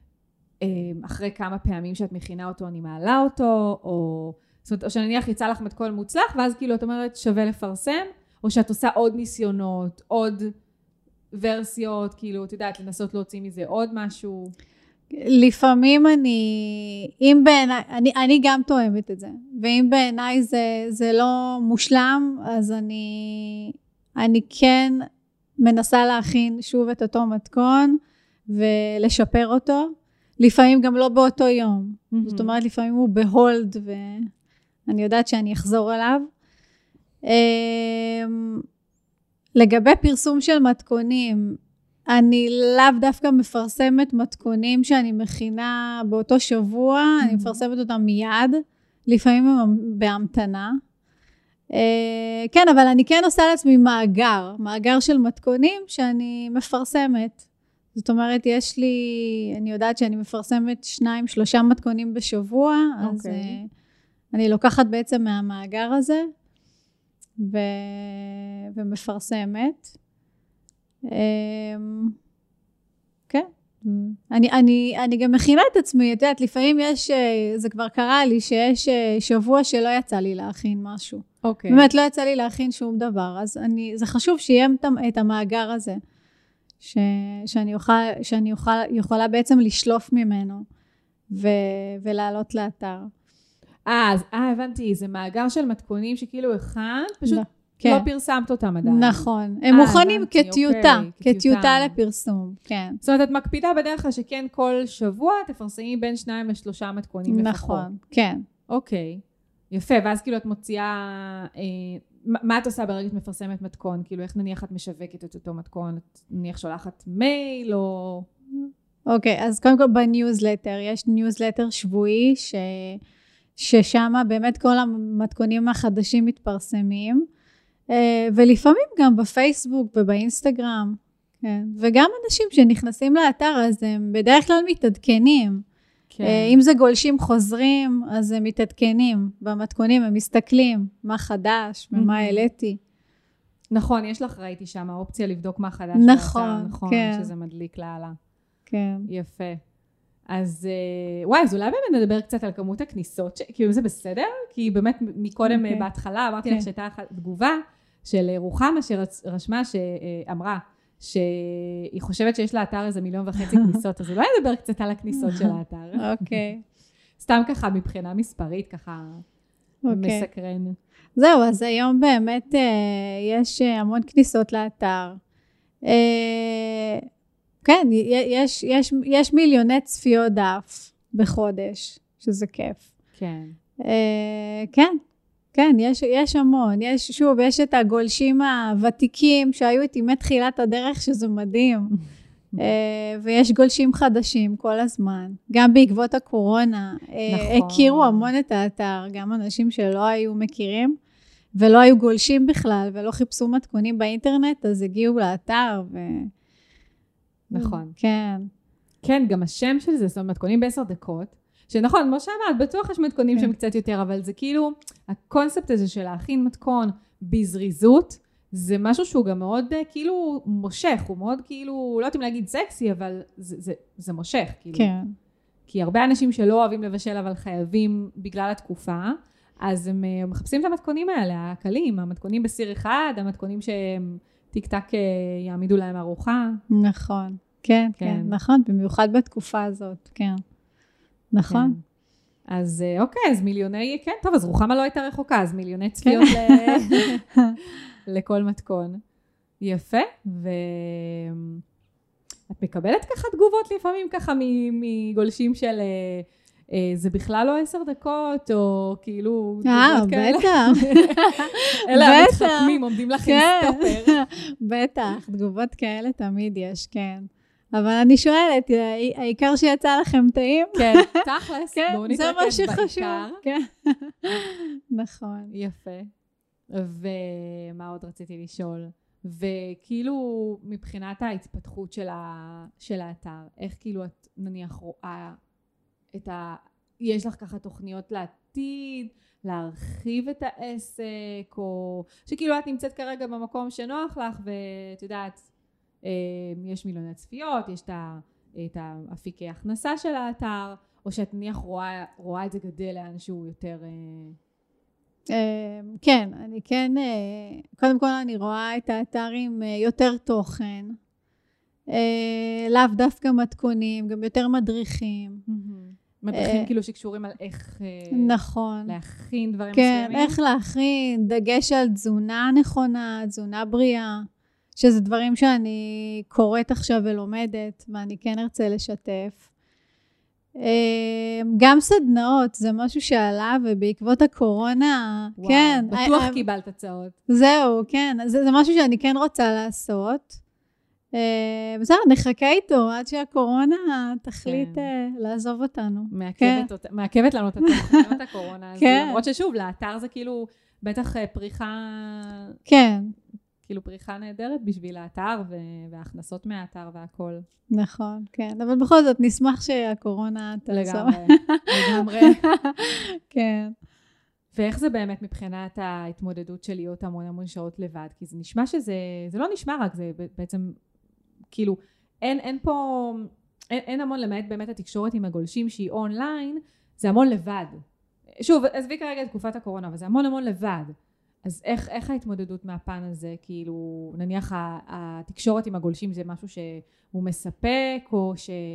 אחרי כמה פעמים שאת מכינה אותו, אני מעלה אותו, זאת אומרת, או שנניח יצא לך מתכון מוצלח, ואז כאילו את אומרת שווה לפרסם, או שאת עושה עוד ניסיונות, עוד ורסיות, כאילו, את יודעת, לנסות להוציא מזה עוד משהו. לפעמים אני גם תואמת את זה, ואם בעיניי זה לא מושלם, אז אני כן מנסה להכין שוב את אותו מתכון, ולשפר אותו, לפעמים גם לא באותו יום, זאת אומרת לפעמים הוא בהולד, ואני יודעת שאני אחזור אליו. לגבי פרסום של מתכונים, אני לאו דווקא מפרסמת מתכונים שאני מכינה באותו שבוע, אני מפרסמת אותם מיד, לפעמים הם בהמתנה. כן, אבל אני כן עושה לעצמי מאגר של מתכונים שאני מפרסמת. זאת אומרת, אני יודעת שאני מפרסמת 2-3 מתכונים בשבוע, אז אני לוקחת בעצם מהמאגר הזה, ומפרסמת. כן. אני גם מכינה את עצמי, את יודעת, לפעמים זה כבר קרה לי שיש שבוע שלא יצא לי להכין משהו. באמת לא יצא לי להכין שום דבר, אז זה חשוב שיהיה את המאגר הזה, שאני יכולה בעצם לשלוף ממנו ולעלות לאתר. אז הבנתי, זה מאגר של מתכונים שכאילו אחד, פשוט כן. לא פרסמת אותם עדיין. נכון, הם מוכנים כטיוטה, אוקיי, כטיוטה לפרסום, כן. זאת אומרת, את מקפידה בדרך כלל שכן כל שבוע תפרסמי בין 2 ל3 מתכונים לפחות. נכון, כן. אוקיי, יפה, ואז כאילו את מוציאה, מה את עושה ברגע את מפרסמת מתכון? כאילו איך נניח את משווקת את אותו מתכון? את נניח שולחת מייל או... אוקיי, אז קודם כל בניוזלטר, יש ניוזלטר שבועי ששם באמת כל המתכונים החדשים מתפרסמים, ולפעמים גם בפייסבוק ובאינסטגרם, כן. וגם אנשים שנכנסים לאתר אז הם בדרך כלל מתעדכנים. כן. אם זה גולשים חוזרים, אז הם מתעדכנים במתכונים, הם מסתכלים מה חדש ומה העליתי. נכון, יש לך, ראיתי שם, האופציה לבדוק מה חדש. נכון, נכון, כן. שזה מדליק לעלה. כן. יפה. אז וואי, אז אולי באמת נדבר קצת על כמות הכניסות, כאילו זה בסדר? כי באמת מקודם בהתחלה אמרתי לך שהייתה תגובה של רוחמה שרשמה שאמרה שהיא חושבת שיש לאתר איזה 1.5 מיליון כניסות, אז אולי נדבר קצת על הכניסות של האתר. אוקיי. סתם ככה מבחינה מספרית, ככה מסקרן. זהו, אז היום באמת יש המון כניסות לאתר. כן, יש מיליוני צפיות דף בחודש, שזה כיף. כן. כן, יש המון. יש את הגולשים הוותיקים שהיו איתי מתחילת הדרך, שזה מדהים. ויש גולשים חדשים כל הזמן. גם בעקבות הקורונה, הכירו המון את האתר, גם אנשים שלא היו מכירים, ולא היו גולשים בכלל, ולא חיפשו מתכונים באינטרנט, אז הגיעו לאתר נכון. כן. כן, גם השם של זה, זאת אומרת, מתכונים ב10 דקות, שנכון, כמו שאמרת, בטוח יש מתכונים שהם קצת יותר, אבל זה כאילו, הקונספט הזה של להכין מתכון בזריזות, זה משהו שהוא גם מאוד כאילו מושך, הוא מאוד כאילו, לא יודעים להגיד סקסי, אבל זה מושך, כאילו. כן. כי הרבה אנשים שלא אוהבים לבשל, אבל חייבים בגלל התקופה, אז הם מחפשים את המתכונים האלה, הקלים, המתכונים בסיר אחד, המתכונים שהם טיק טק יעמידו להם ארוחה. נכון, כן, נכון, במיוחד בתקופה הזאת, כן. נכון. אז אוקיי, אז מיליוני, כן, טוב, אז רוחמה לא הייתה רחוקה, אז מיליוני צפיות לכל מתכון. יפה, ואת מקבלת ככה תגובות לפעמים ככה מגולשים של זה בכלל לא 10 דקות, או כאילו... בטח. אלה המתחכמים, עומדים לך עם סטופר. בטח, תגובות כאלה תמיד יש, כן. אבל אני שואלת, העיקר שיצא לכם טעים? כן, תכלס, בואו נתרכז בעיקר. נכון. יפה. ומה עוד רציתי לשאול? וכאילו מבחינת ההתפתחות של האתר, איך כאילו את נניח רואה יש לך ככה תוכניות לעתיד, להרחיב את העסק, או שכאילו את נמצאת כרגע במקום שנוח לך, ואת יודעת, יש מיליוני צפיות, יש את האפיקי הכנסה של האתר, או שאת נניח רואה את זה גדל לאן שהוא יותר... כן, אני כן, קודם כל אני רואה את האתר עם יותר תוכן, לאו דווקא מתכונים, גם יותר מדריכים. מדריכים כאילו שקשורים על איך נכון. להכין דברים כן, מסוימים. איך להכין, דגש על תזונה נכונה, תזונה בריאה, שזה דברים שאני קוראת עכשיו ולומדת, ואני כן ארצה לשתף. גם סדנאות, זה משהו שעלה, ובעקבות הקורונה, וואו, כן. בטוח קיבלת הצעות. זהו, כן, זה משהו שאני כן רוצה לעשות. בסדר, נחכה איתו עד שהקורונה תחליט לעזוב אותנו. מעכבת לנו את התוכניות הקורונה. למרות ששוב, לאתר זה כאילו בטח פריחה... כן. כאילו פריחה נהדרת בשביל האתר וההכנסות מהאתר והכל. נכון, כן. אבל בכל זאת נשמח שהקורונה תעזוב. לגמרי. כן. ואיך זה באמת מבחינת ההתמודדות של להיות המון שעות לבד? כי זה נשמע שזה לא נשמע רק, זה בעצם... כאילו, אין פה, אין המון למעט באמת התקשורת עם הגולשים שהיא אונליין, זה המון לבד. שוב, עזבי כרגע את תקופת הקורונה, אבל זה המון לבד. אז איך ההתמודדות מהפן הזה? כאילו, נניח התקשורת עם הגולשים זה משהו שהוא מספק, או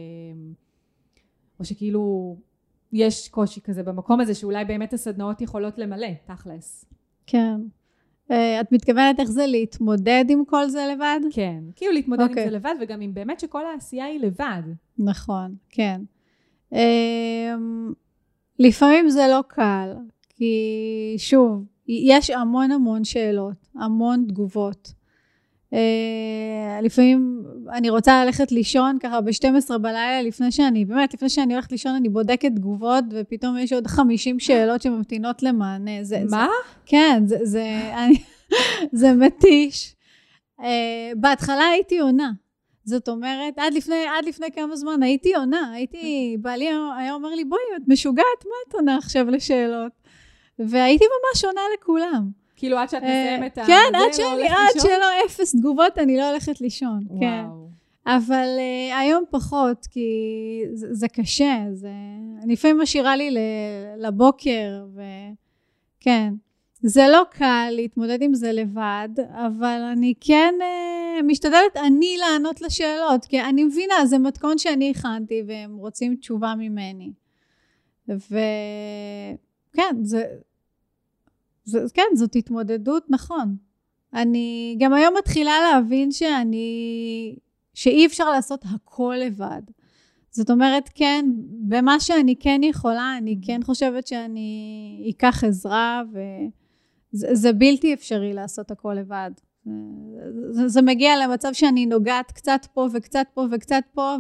שכאילו יש קושי כזה במקום הזה, שאולי באמת הסדנאות יכולות למלא, תכלס. כן. את מתכוונת איך זה להתמודד עם כל זה לבד? כן, כאילו להתמודד עם זה לבד, וגם עם באמת שכל העשייה היא לבד. נכון, כן. לפעמים זה לא קל, כי שוב, יש המון שאלות, המון תגובות. לפעמים אני רוצה ללכת לישון ככה ב-12 בלילה, לפני שאני הולכת לישון אני בודקת תגובות, ופתאום יש עוד 50 שאלות שממתינות למענה. מה? כן, זה מתיש. בהתחלה הייתי עונה. זאת אומרת, עד לפני כמה זמן הייתי עונה. בעלי היה אומר לי, בואי, את משוגעת, מה את עונה עכשיו לשאלות? והייתי ממש עונה לכולם. כאילו עד שאת מסיימת כן, עד שלא 0 תגובות, אני לא הולכת לישון. כן. אבל היום פחות, כי זה קשה. אני לפעמים משאירה לי לבוקר, וכן. זה לא קל להתמודד עם זה לבד, אבל אני כן משתדלת אני לענות לשאלות, כי אני מבינה, זה מתכון שאני הכנתי, והם רוצים תשובה ממני. וכן, כן, זאת התמודדות, נכון. אני גם היום מתחילה להבין שאי אפשר לעשות הכל לבד. זאת אומרת, כן, במה שאני כן יכולה, אני כן חושבת שאני אקח עזרה, וזה בלתי אפשרי לעשות הכל לבד. זה מגיע למצב שאני נוגעת קצת פה וקצת פה וקצת פה,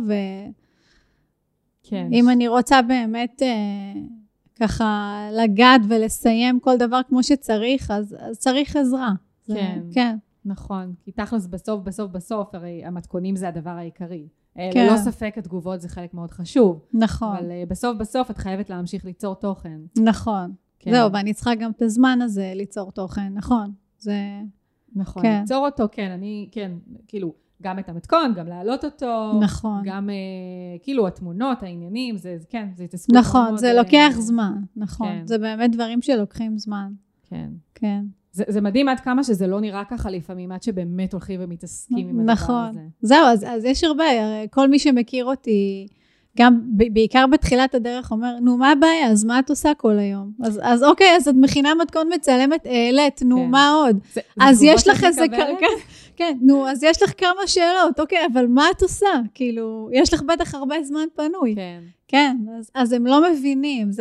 ואם אני רוצה באמת ככה לגעת ולסיים כל דבר כמו שצריך, אז צריך עזרה. כן, נכון. כי תכלס בסוף, הרי המתכונים זה הדבר העיקרי. ללא ספק התגובות זה חלק מאוד חשוב. נכון. אבל בסוף את חייבת להמשיך ליצור תוכן. נכון. זהו, ואני צריכה גם את הזמן הזה ליצור תוכן, נכון. נכון, ליצור אותו, כן, כאילו, גם את המתכון, גם להעלות אותו. נכון. גם, כאילו, התמונות, העניינים, כן, זה התעסקות. נכון, זה לוקח זמן, נכון. זה באמת דברים שלוקחים זמן. כן. זה מדהים עד כמה שזה לא נראה ככה לפעמים, עד שבאמת הולכים ומתעסקים עם הדבר הזה. נכון. זהו, אז יש הרבה, כל מי שמכיר אותי, גם בעיקר בתחילת הדרך אומר, נו, מה הבעיה? אז מה את עושה כל היום? אז אוקיי, אז את מכינה מתכון מצלמת, העלית, נו, מה עוד? אז יש לך איזה, כן, נו, אז יש לך כמה שאלות, אוקיי, אבל מה את עושה? כאילו, יש לך בטח הרבה זמן פנוי. כן, אז הם לא מבינים,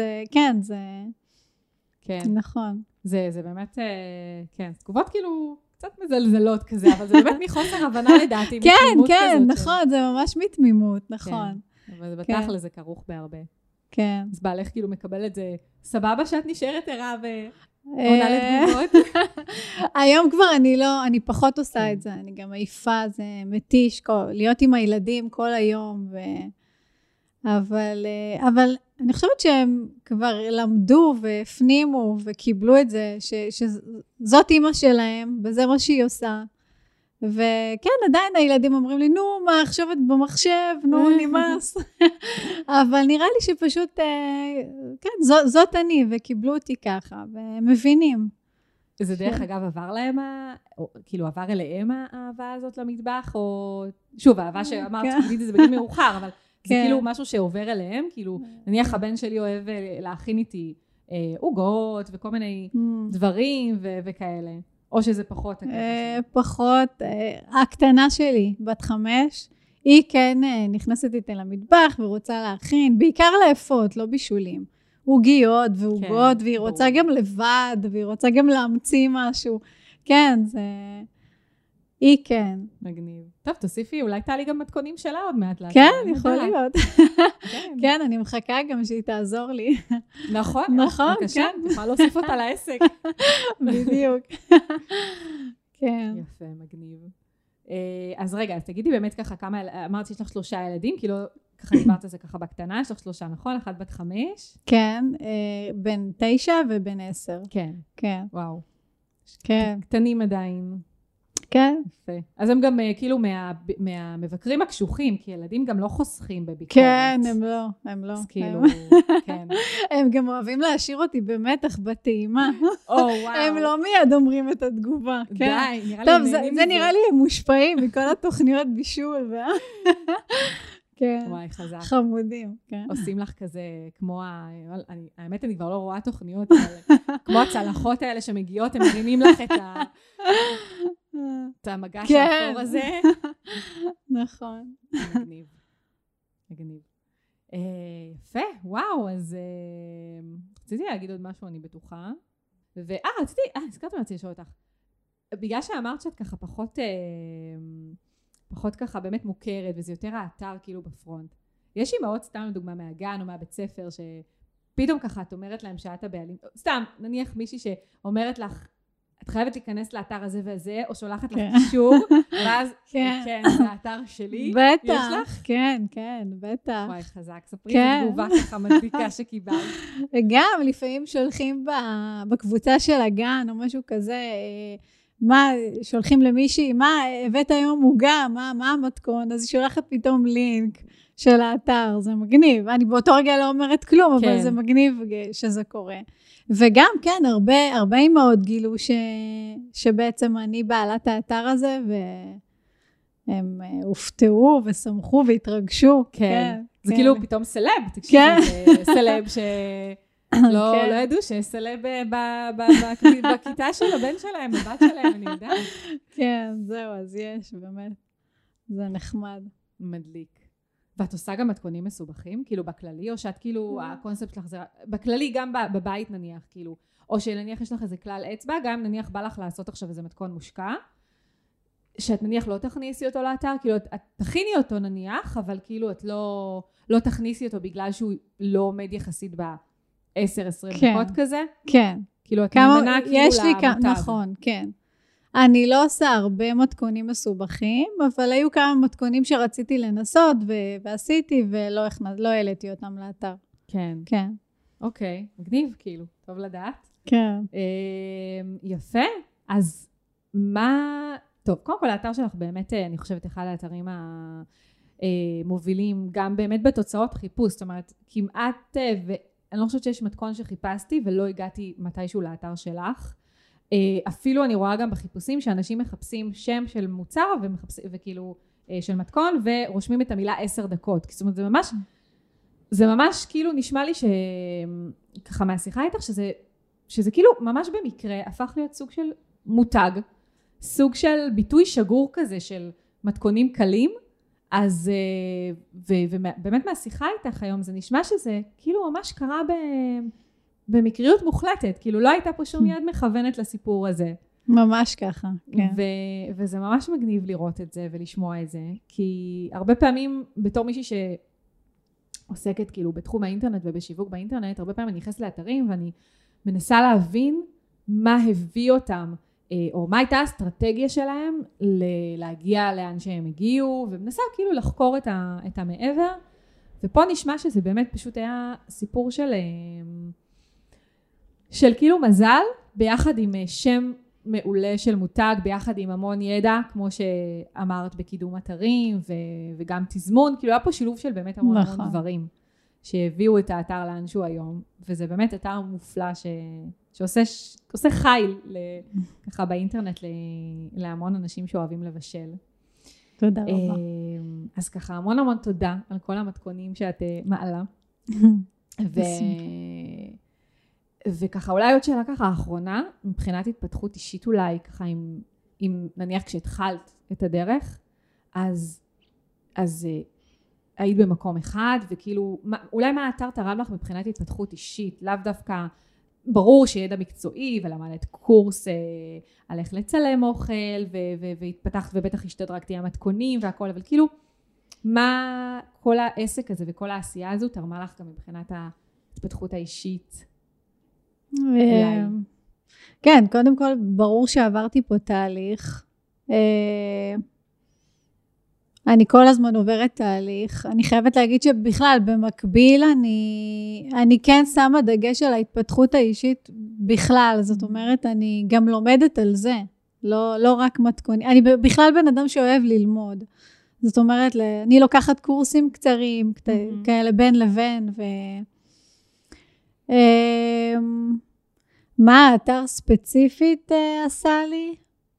כן, נכון. זה באמת, כן, תגובות כאילו קצת מזלזלות כזה, אבל זה באמת מחוסר הבנה לדעתי. כן, נכון, זה ממש מתמימות, נכון. אבל בתכל'ס זה כרוך בהרבה. כן. אז בעלך כאילו מקבל את זה, סבבה שאת נשארת ערה ועונה לתגובות? היום כבר אני פחות עושה את זה, אני גם עייפה, זה מתיש, להיות עם הילדים כל היום, אבל אני חושבת שהם כבר למדו והפנימו וקיבלו את זה, שזאת אמא שלהם, וזה מה שהיא עושה. וכן, עדיין הילדים אומרים לי, נו, מה, עכשיו את במחשב, נו, נמאס. אבל נראה לי שפשוט, כן, זאת אני, וקיבלו אותי ככה, והם מבינים. זה דרך אגב עבר להם, כאילו עבר אליהם האהבה הזאת למטבח, או שוב, האהבה שאמרת, תגידי זה בגיל מאוחר, אבל זה כאילו משהו שעובר אליהם, כאילו, נניח הבן שלי אוהב להכין איתי עוגות וכל מיני דברים וכאלה. או שזה פחות? פחות. הקטנה שלי, בת 5, היא כן נכנסת איתי למטבח ורוצה להכין, בעיקר לאפות, לא בישולים. עוגיות ועוגות, והיא רוצה גם לבד, והיא רוצה גם להמציא משהו. כן, היא כן. מגניב. טוב, תוסיפי, אולי תעלי גם מתכונים שלה עוד מעט. כן, יכול להיות. כן, אני מחכה גם שהיא תעזור לי. נכון, בבקשה, תוכל להוסיף אותה לעסק. בדיוק. כן. יפה, מגניב. אז רגע, אז תגידי באמת ככה כמה, אמרת שיש לך 3 ילדים, כאילו ככה דיברת על זה ככה בקטנה, יש לך 3, נכון? 1 בת 5? כן, בן 9 ובן 10. כן. כן. וואו. כן. קטנים עדיין. כן. יפה. אז הם גם כאילו מהמבקרים הקשוחים, כי ילדים גם לא חוסכים בביקורת. כן, הם לא. אז כאילו, כן. הם גם אוהבים להשאיר אותי במתח בטעימה. וואו. הם לא מיד אומרים את התגובה. די, נראה לי טוב, נהנים זה נראה לי הם מושפעים מכל התוכניות בישול. כן. וואי, חזק. חמודים, כן. עושים לך כזה, כמו האמת אני כבר לא רואה תוכניות, אבל כמו הצלחות האלה שמגיעות, הם מרימים לך את המגש האפור הזה. נכון. מגניב. יפה, וואו, אז רציתי להגיד עוד משהו, אני בטוחה. הזכרתי מה רציתי לשאול אותך. בגלל שאמרת שאת ככה פחות ככה באמת מוכרת, וזה יותר האתר כאילו בפרונט. יש אימהות סתם לדוגמה מהגן או מהבית ספר, שפתאום ככה את אומרת להם שאת הבעלים, סתם נניח מישהי שאומרת לך, את חייבת להיכנס לאתר הזה וזה, או שולחת לך קישור, ואז כן, זה האתר שלי. בטח. יש לך? כן, בטח. וואי, חזק. ספרי את התגובה ככה מדביקה שקיבלת. גם לפעמים שולחים בקבוצה של הגן או משהו כזה, שולחים למישהי, הבאת היום מוגה, מה המתכון? אז היא שולחת פתאום לינק של האתר, זה מגניב. אני באותו רגע לא אומרת כלום, אבל זה מגניב שזה קורה. וגם כן, הרבה אימהות גילו שבעצם אני בעלת האתר הזה, והם הופתעו ושמחו והתרגשו. כן. זה כאילו פתאום סלב, תקשיבי, זה סלב לא ידעו שיש סלב בכיתה של הבן שלהם, בבת שלהם, אני יודעת. כן, זהו, אז יש, באמת. זה נחמד. מדליק. ואת עושה גם מתכונים מסובכים, כאילו בכללי, או שאת כאילו, הקונספט שלך זה, בכללי גם בבית נניח, כאילו, או שנניח יש לך איזה כלל אצבע, גם נניח בא לך לעשות עכשיו איזה מתכון מושקע, שאת נניח לא תכניסי אותו לאתר, כאילו את תכיני אותו נניח, אבל כאילו את לא תכניסי אותו בגלל שהוא לא עומד יחסית ב-10-20 דקות כזה. כן. כאילו את נאמנה כאילו למותג. נכון, כן. אני לא עושה הרבה מתכונים מסובכים, אבל היו כמה מתכונים שרציתי לנסות ועשיתי, ולא העליתי אותם לאתר. כן. כן. אוקיי, מגניב כאילו, טוב לדעת. כן. יפה, אז טוב, קודם כל האתר שלך באמת, אני חושבת, אחד האתרים המובילים, גם באמת בתוצאות חיפוש, זאת אומרת, כמעט, ואני לא חושבת שיש מתכון שחיפשתי, ולא הגעתי מתישהו לאתר שלך. אפילו אני רואה גם בחיפושים שאנשים מחפשים שם של מוצר וכאילו של מתכון ורושמים את המילה 10 דקות. זאת אומרת, זה ממש כאילו נשמע לי שככה מהשיחה איתך שזה כאילו ממש במקרה הפך להיות סוג של מותג, סוג של ביטוי שגור כזה של מתכונים קלים. אז ובאמת מהשיחה איתך היום זה נשמע שזה כאילו ממש קרה במקריות מוחלטת, כאילו לא הייתה פה שום יד מכוונת לסיפור הזה. ממש ככה, כן. וזה ממש מגניב לראות את זה ולשמוע את זה, כי הרבה פעמים בתור מישהי שעוסקת כאילו בתחום האינטרנט ובשיווק באינטרנט, הרבה פעמים אני נכנסת לאתרים ואני מנסה להבין מה הביא אותם, או מה הייתה האסטרטגיה שלהם להגיע לאן שהם הגיעו, ומנסה כאילו לחקור את המעבר, ופה נשמע שזה באמת פשוט היה סיפור של כאילו מזל, ביחד עם שם מעולה של מותג, ביחד עם המון ידע, כמו שאמרת בקידום אתרים, וגם תזמון, כאילו היה פה שילוב של באמת המון דברים, שהביאו את האתר לאנשהו היום, וזה באמת אתר מופלא שעושה חיל ככה באינטרנט להמון אנשים שאוהבים לבשל. תודה רבה. אז ככה המון תודה על כל המתכונים שאת מעלה. וככה אולי עוד שאלה ככה האחרונה, מבחינת התפתחות אישית אולי, ככה אם נניח כשהתחלת את הדרך, אז היית במקום אחד, וכאילו, אולי מה האתר תרם לך מבחינת התפתחות אישית, לאו דווקא, ברור שידע מקצועי, ולמדת קורס על איך לצלם אוכל, והתפתחת ובטח השתדרגתי המתכונים והכל, אבל כאילו, מה כל העסק הזה וכל העשייה הזו תרמה לך גם מבחינת ההתפתחות האישית? כן, קודם כל ברור שעברתי פה תהליך, אני כל הזמן עוברת תהליך, אני חייבת להגיד שבכלל במקביל אני כן שמה דגש על ההתפתחות האישית בכלל, זאת אומרת אני גם לומדת על זה, לא רק מתכונים. אני בכלל בן אדם שאוהב ללמוד. זאת אומרת, אני לוקחת קורסים קצרים, כאלה בין לבין, מה האתר ספציפית עשה לי?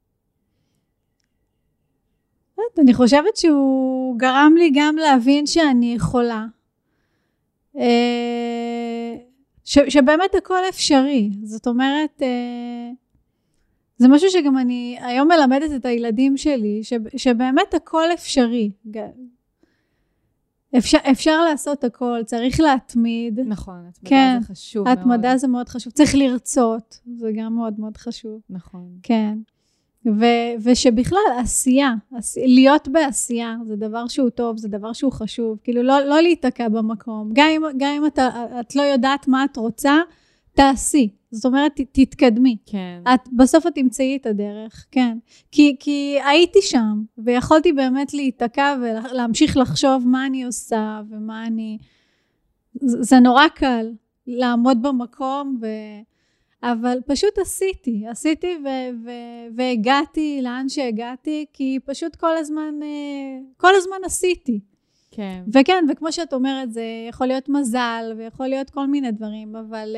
אני חושבת שהוא גרם לי גם להבין שאני יכולה. שבאמת הכל אפשרי. זאת אומרת, זה משהו שגם אני היום מלמדת את הילדים שלי, שבאמת הכל אפשרי. אפשר לעשות הכל, צריך להתמיד. נכון, התמדה כן, זה חשוב מאוד. התמדה זה מאוד חשוב. צריך לרצות, זה גם מאוד מאוד חשוב. נכון. כן. ושבכלל עשייה, להיות בעשייה, זה דבר שהוא טוב, זה דבר שהוא חשוב. כאילו לא להיתקע במקום. גם אם את לא יודעת מה את רוצה, תעשי. זאת אומרת, תתקדמי. כן. בסוף את תמצאי את הדרך, כן. כי הייתי שם, ויכולתי באמת להיתקע ולהמשיך לחשוב מה אני עושה, ומה אני... זה נורא קל לעמוד במקום, אבל פשוט עשיתי והגעתי לאן שהגעתי, כי פשוט כל הזמן עשיתי. כן. וכן, וכמו שאת אומרת, זה יכול להיות מזל, ויכול להיות כל מיני דברים,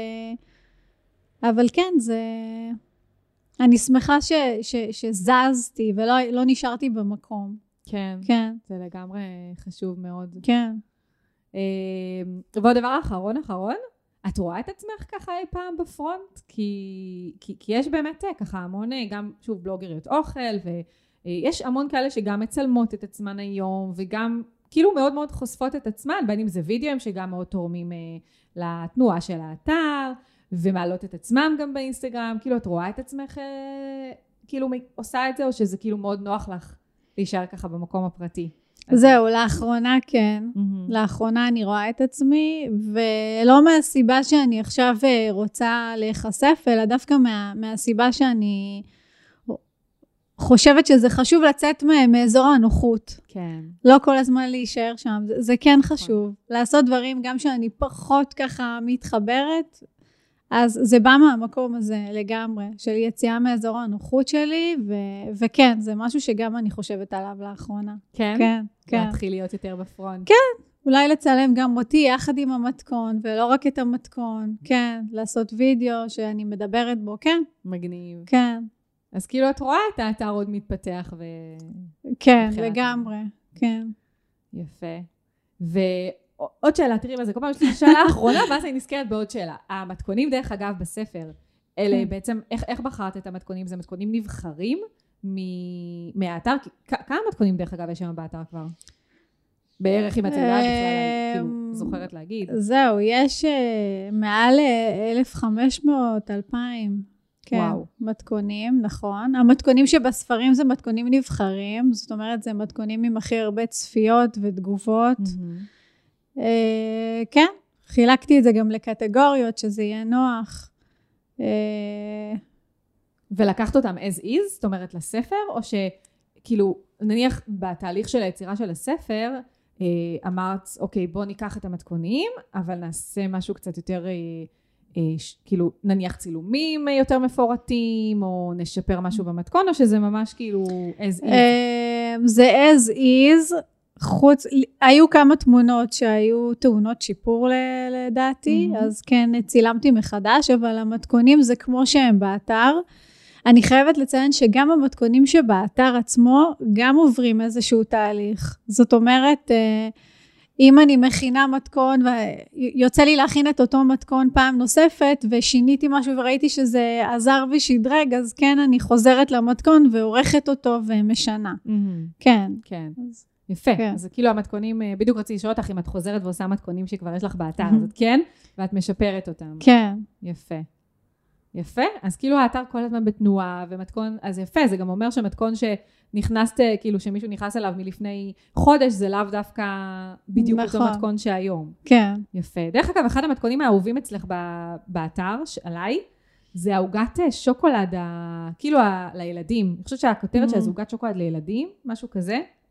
אבל כן, אני שמחה שזזתי ולא נשארתי במקום. כן. כן. זה לגמרי חשוב מאוד. כן. ועוד דבר אחרון, את רואה את עצמך ככה אי פעם בפרונט? כי יש באמת ככה המון, גם שוב בלוגריות אוכל, ויש המון כאלה שגם מצלמות את עצמן היום, וגם כאילו מאוד מאוד חושפות את עצמן, בין אם זה וידאוים שגם מאוד תורמים לתנועה של האתר, ומעלות את עצמם גם באינסטגרם. כאילו את רואה את עצמך כאילו עושה את זה, או שזה כאילו מאוד נוח לך להישאר ככה במקום הפרטי? זהו, לאחרונה כן. לאחרונה אני רואה את עצמי, ולא מהסיבה שאני עכשיו רוצה להיחשף, אלא דווקא מהסיבה שאני חושבת שזה חשוב לצאת מאזור הנוחות. כן. לא כל הזמן להישאר שם. זה כן חשוב. לעשות דברים גם שאני פחות ככה מתחברת, אז זה בא מהמקום הזה לגמרי, של יציאה מאזור הנוחות שלי, וכן, זה משהו שגם אני חושבת עליו לאחרונה. כן? כן, כן. להתחיל להיות יותר בפרונט. כן, אולי לצלם גם אותי יחד עם המתכון, ולא רק את המתכון. כן, לעשות וידאו שאני מדברת בו, כן. מגניב. כן. אז כאילו את רואה את האתר עוד מתפתח כן, לגמרי, כן. יפה. עוד שאלה, תראי מה זה, כל פעם יש לי שאלה האחרונה, ואז אני נזכרת בעוד שאלה. המתכונים דרך אגב בספר, אלה בעצם, איך בחרת את המתכונים? זה מתכונים נבחרים מהאתר? כמה מתכונים דרך אגב יש שם באתר כבר? בערך אם את יודעת בכלל, כאילו, זוכרת להגיד. זהו, יש מעל 1,500, 2,000. כן, וואו. מתכונים, נכון. המתכונים שבספרים זה מתכונים נבחרים, זאת אומרת, זה מתכונים עם הכי הרבה צפיות ותגובות. כן, חילקתי את זה גם לקטגוריות, שזה יהיה נוח. ולקחת אותם as is, זאת אומרת לספר, או שכאילו, נניח בתהליך של היצירה של הספר, אמרת, אוקיי, בוא ניקח את המתכונים, אבל נעשה משהו קצת יותר, כאילו, נניח צילומים יותר מפורטים, או נשפר משהו במתכון, או שזה ממש כאילו as is? זה as is, היו כמה תמונות שהיו טעונות שיפור לדעתי, אז כן צילמתי מחדש, אבל המתכונים זה כמו שהם באתר. אני חייבת לציין שגם המתכונים שבאתר עצמו, גם עוברים איזשהו תהליך. זאת אומרת, אם אני מכינה מתכון, ויוצא לי להכין את אותו מתכון פעם נוספת, ושיניתי משהו וראיתי שזה עזר ושדרג, אז כן, אני חוזרת למתכון ועורכת אותו ומשנה. כן. כן. יפה, כן. אז כאילו המתכונים, בדיוק רציתי לשאול אותך אם את חוזרת ועושה מתכונים שכבר יש לך באתר, אז את כן, ואת משפרת אותם. כן. יפה. יפה, אז כאילו האתר כל הזמן בתנועה, ומתכון, אז יפה, זה גם אומר שמתכון שנכנסת, כאילו שמישהו נכנס אליו מלפני חודש, זה לאו דווקא בדיוק אותו מתכון שהיום. כן. יפה. דרך אגב, אחד המתכונים האהובים אצלך באתר, עליי, זה העוגת שוקולד, כאילו לילדים. אני חושבת שהכותרת של עוגת שוקולד לילדים, משהו כזה.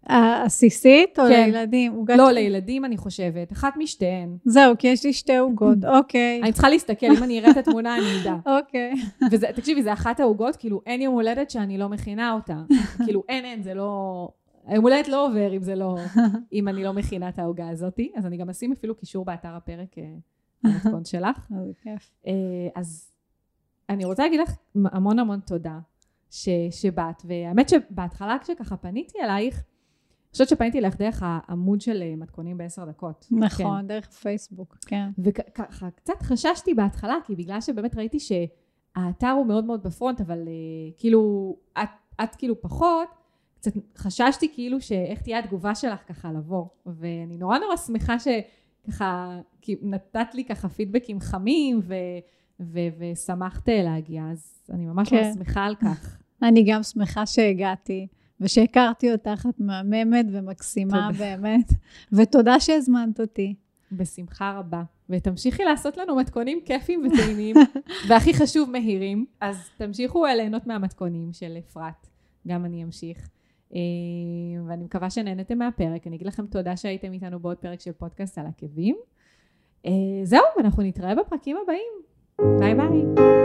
עסיסית או כן. לילדים? לא, לילדים אני חושבת, אחת משתיהן. זהו, כי יש לי 2 עוגות, אוקיי. אני צריכה להסתכל, אם אני אראה את התמונה אני אדע. אוקיי. תקשיבי, זה אחת העוגות, כאילו אין יום הולדת שאני לא מכינה אותה. כאילו אין, זה לא... היום הולדת לא עובר אם אני לא מכינה את העוגה הזאת, אז אני גם אשים אפילו קישור באתר הפרק במתכון שלך. זה כיף. אז אני רוצה להגיד לך המון המון תודה שבאת, והאמת שבהתחלה כשככה פניתי אלייך, אני חושבת שפניתי אלייך דרך העמוד של מתכונים ב10 דקות. נכון, דרך פייסבוק, כן. וככה קצת חששתי בהתחלה, כי בגלל שבאמת ראיתי שהאתר הוא מאוד מאוד בפרונט, אבל כאילו, את כאילו פחות, קצת חששתי כאילו שאיך תהיה התגובה שלך ככה לבוא, ואני נורא נורא שמחה שככה נתת לי ככה פידבקים חמים, ושמחת להגיע, אז אני ממש לא שמחה על כך. אני גם שמחה שהגעתי, ושהכרתי אותך, את מהממת ומקסימה באמת, ותודה שהזמנת אותי. בשמחה רבה, ותמשיכי לעשות לנו מתכונים כיפים וטעימים, והכי חשוב מהירים, אז תמשיכו ליהנות מהמתכונים של אפרת, גם אני אמשיך. ואני מקווה שנהנתם מהפרק, אני אגיד לכם תודה שהייתם איתנו בעוד פרק של פודקאסט על עקבים. זהו, ואנחנו נתראה בפרקים הבאים. ביי ביי.